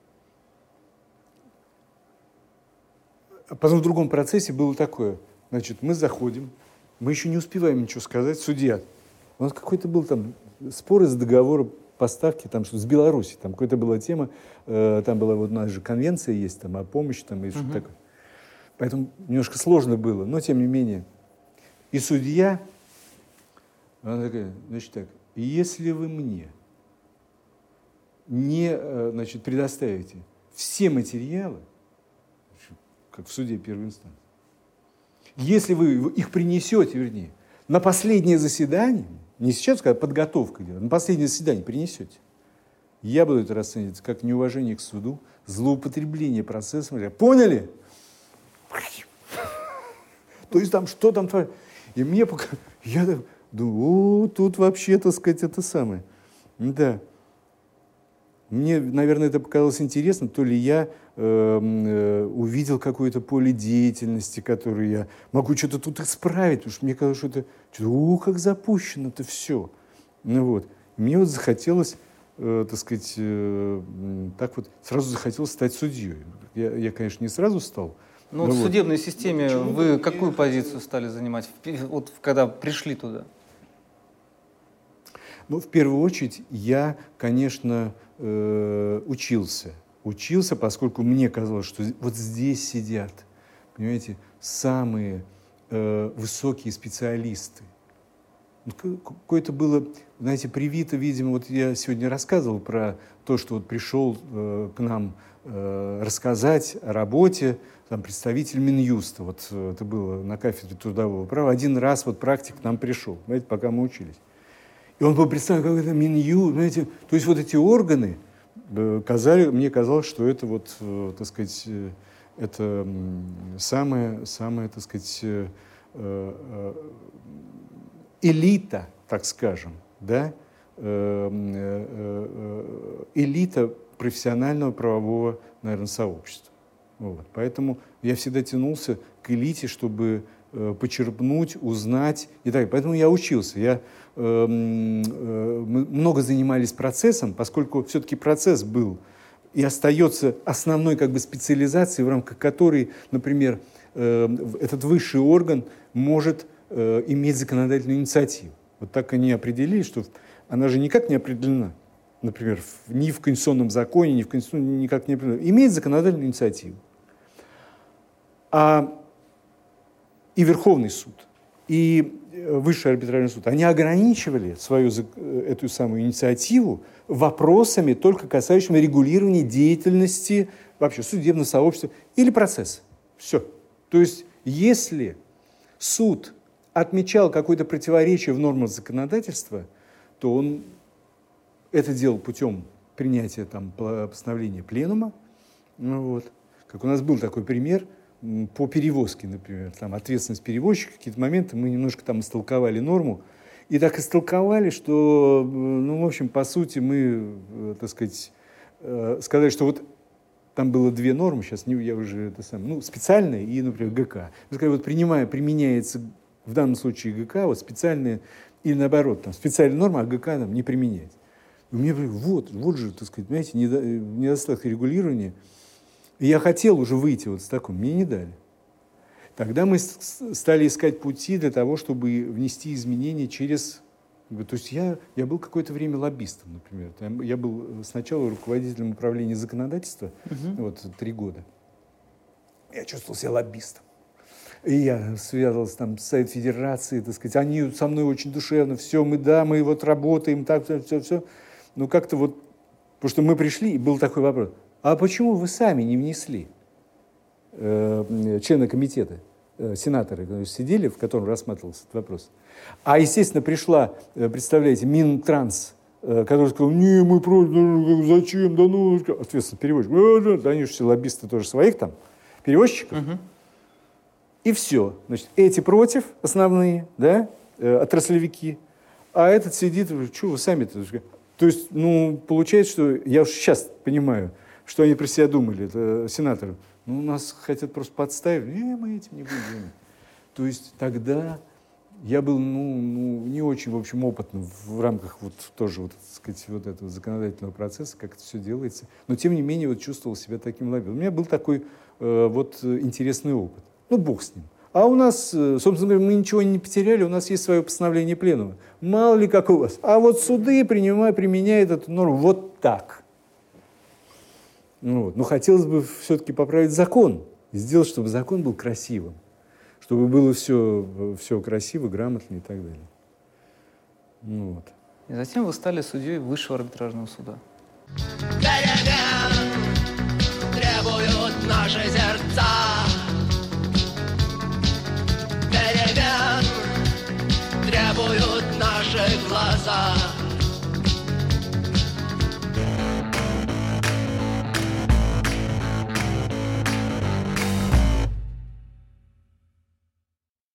Потом в другом процессе было такое. Значит, мы заходим, мы еще не успеваем ничего сказать. Судья. У нас какой-то был там спор из договора поставки там, что с Беларуси. Там какая-то была тема, там была вот у нас же конвенция есть там, о помощи там, и что-то такое. Поэтому немножко сложно было, но тем не менее. И судья, она такая, значит так, если вы мне не, значит, предоставите все материалы, как в суде первой инстанции. Если вы их принесете, вернее, на последнее заседание, не сейчас, когда подготовка идет, на последнее заседание принесете, я буду это расценивать как неуважение к суду, злоупотребление процессом. Поняли? То есть там что там творится? И мне пока... Я думаю, тут вообще, так сказать, это самое. Да. Мне, наверное, это показалось интересно, то ли я увидел какое-то поле деятельности, которое я могу что-то тут исправить, потому что мне казалось, что это как запущено-то все. Ну, вот. Мне вот захотелось, так сказать, так вот, сразу захотелось стать судьей. Я, конечно, не сразу стал. Ну, вот в судебной системе вы какую позицию стали занимать, вот, когда пришли туда? Ну, в первую очередь, я, конечно, учился. Учился, поскольку мне казалось, что вот здесь сидят, понимаете, самые высокие специалисты. Какое-то было, знаете, привито, видимо, вот я сегодня рассказывал про то, что вот пришел к нам рассказать о работе там, представитель Минюста. Вот это было на кафедре трудового права. Один раз вот практик к нам пришел, знаете, пока мы учились. И он был представлен, как это Минюст, знаете, то есть вот эти органы, мне казалось, что это вот, так сказать, это самая, так сказать, элита, так скажем, да, элита профессионального правового, наверное, сообщества. Вот. Поэтому я всегда тянулся к элите, чтобы почерпнуть, узнать и так далее. Поэтому я учился. Мы много занимались процессом, поскольку все-таки процесс был и остается основной как бы специализацией, в рамках которой, например, этот высший орган может иметь законодательную инициативу. Вот так они определили, что она же никак не определена. Например, ни в Конституционном законе, ни в Конституции никак не определена. Имеет законодательную инициативу. И Верховный суд, и Высший арбитражный суд, они ограничивали свою эту самую инициативу вопросами, только касающимися регулирования деятельности вообще судебного сообщества или процесса. Все. То есть, если суд отмечал какое-то противоречие в нормах законодательства, то он это делал путем принятия там постановления пленума. Ну, вот. Как у нас был такой пример по перевозке, например, там ответственность перевозчика, какие-то моменты мы немножко там истолковали норму, и так истолковали, что, ну, в общем, по сути, мы, так сказать, сказали, что вот там было две нормы, сейчас я уже это сам, ну, специальная и, например, ГК. Мы сказали, вот применяется в данном случае ГК, вот специальная, или наоборот, там специальная норма, а ГК там не применять. И мне говорят, вот же, так сказать, понимаете, недостаток регулирования. И я хотел уже выйти вот с таким, мне не дали. Тогда мы стали искать пути для того, чтобы внести изменения через... То есть я был какое-то время лоббистом, например. Я был сначала руководителем управления законодательства, вот 3 года. Я чувствовал себя лоббистом. И я связывался там с Совет Федерации, так сказать, они со мной очень душевно, все, мы вот работаем, так, все. Ну как-то вот, потому что мы пришли, и был такой вопрос, а почему вы сами не внесли, члены комитета, сенаторы, которые сидели, в котором рассматривался этот вопрос. А, естественно, пришла, представляете, Минтранс, который сказал, не, мы против, зачем, да ну, ответственно, перевозчик, да они же все лоббисты тоже своих там, перевозчиков. И все. Значит, эти против, основные, да, отраслевики, а этот сидит, что вы сами-то? То есть, ну, получается, что, я уж сейчас понимаю, что они про себя думали, это сенаторы. Ну, нас хотят просто подставить. Мы этим не будем. То есть тогда я был, не очень, в общем, опытным в рамках вот тоже, вот, так сказать, вот этого законодательного процесса, как это все делается. Но, тем не менее, вот чувствовал себя таким лоббистом. У меня был такой вот интересный опыт. Ну, бог с ним. А у нас, собственно говоря, мы ничего не потеряли, у нас есть свое постановление пленума. Мало ли как у вас. А вот суды применяют эту норму вот так. Ну, вот. Но хотелось бы все-таки поправить закон. И сделать, чтобы закон был красивым. Чтобы было все красиво, грамотно и так далее. Ну, вот. И затем вы стали судьей Высшего арбитражного суда.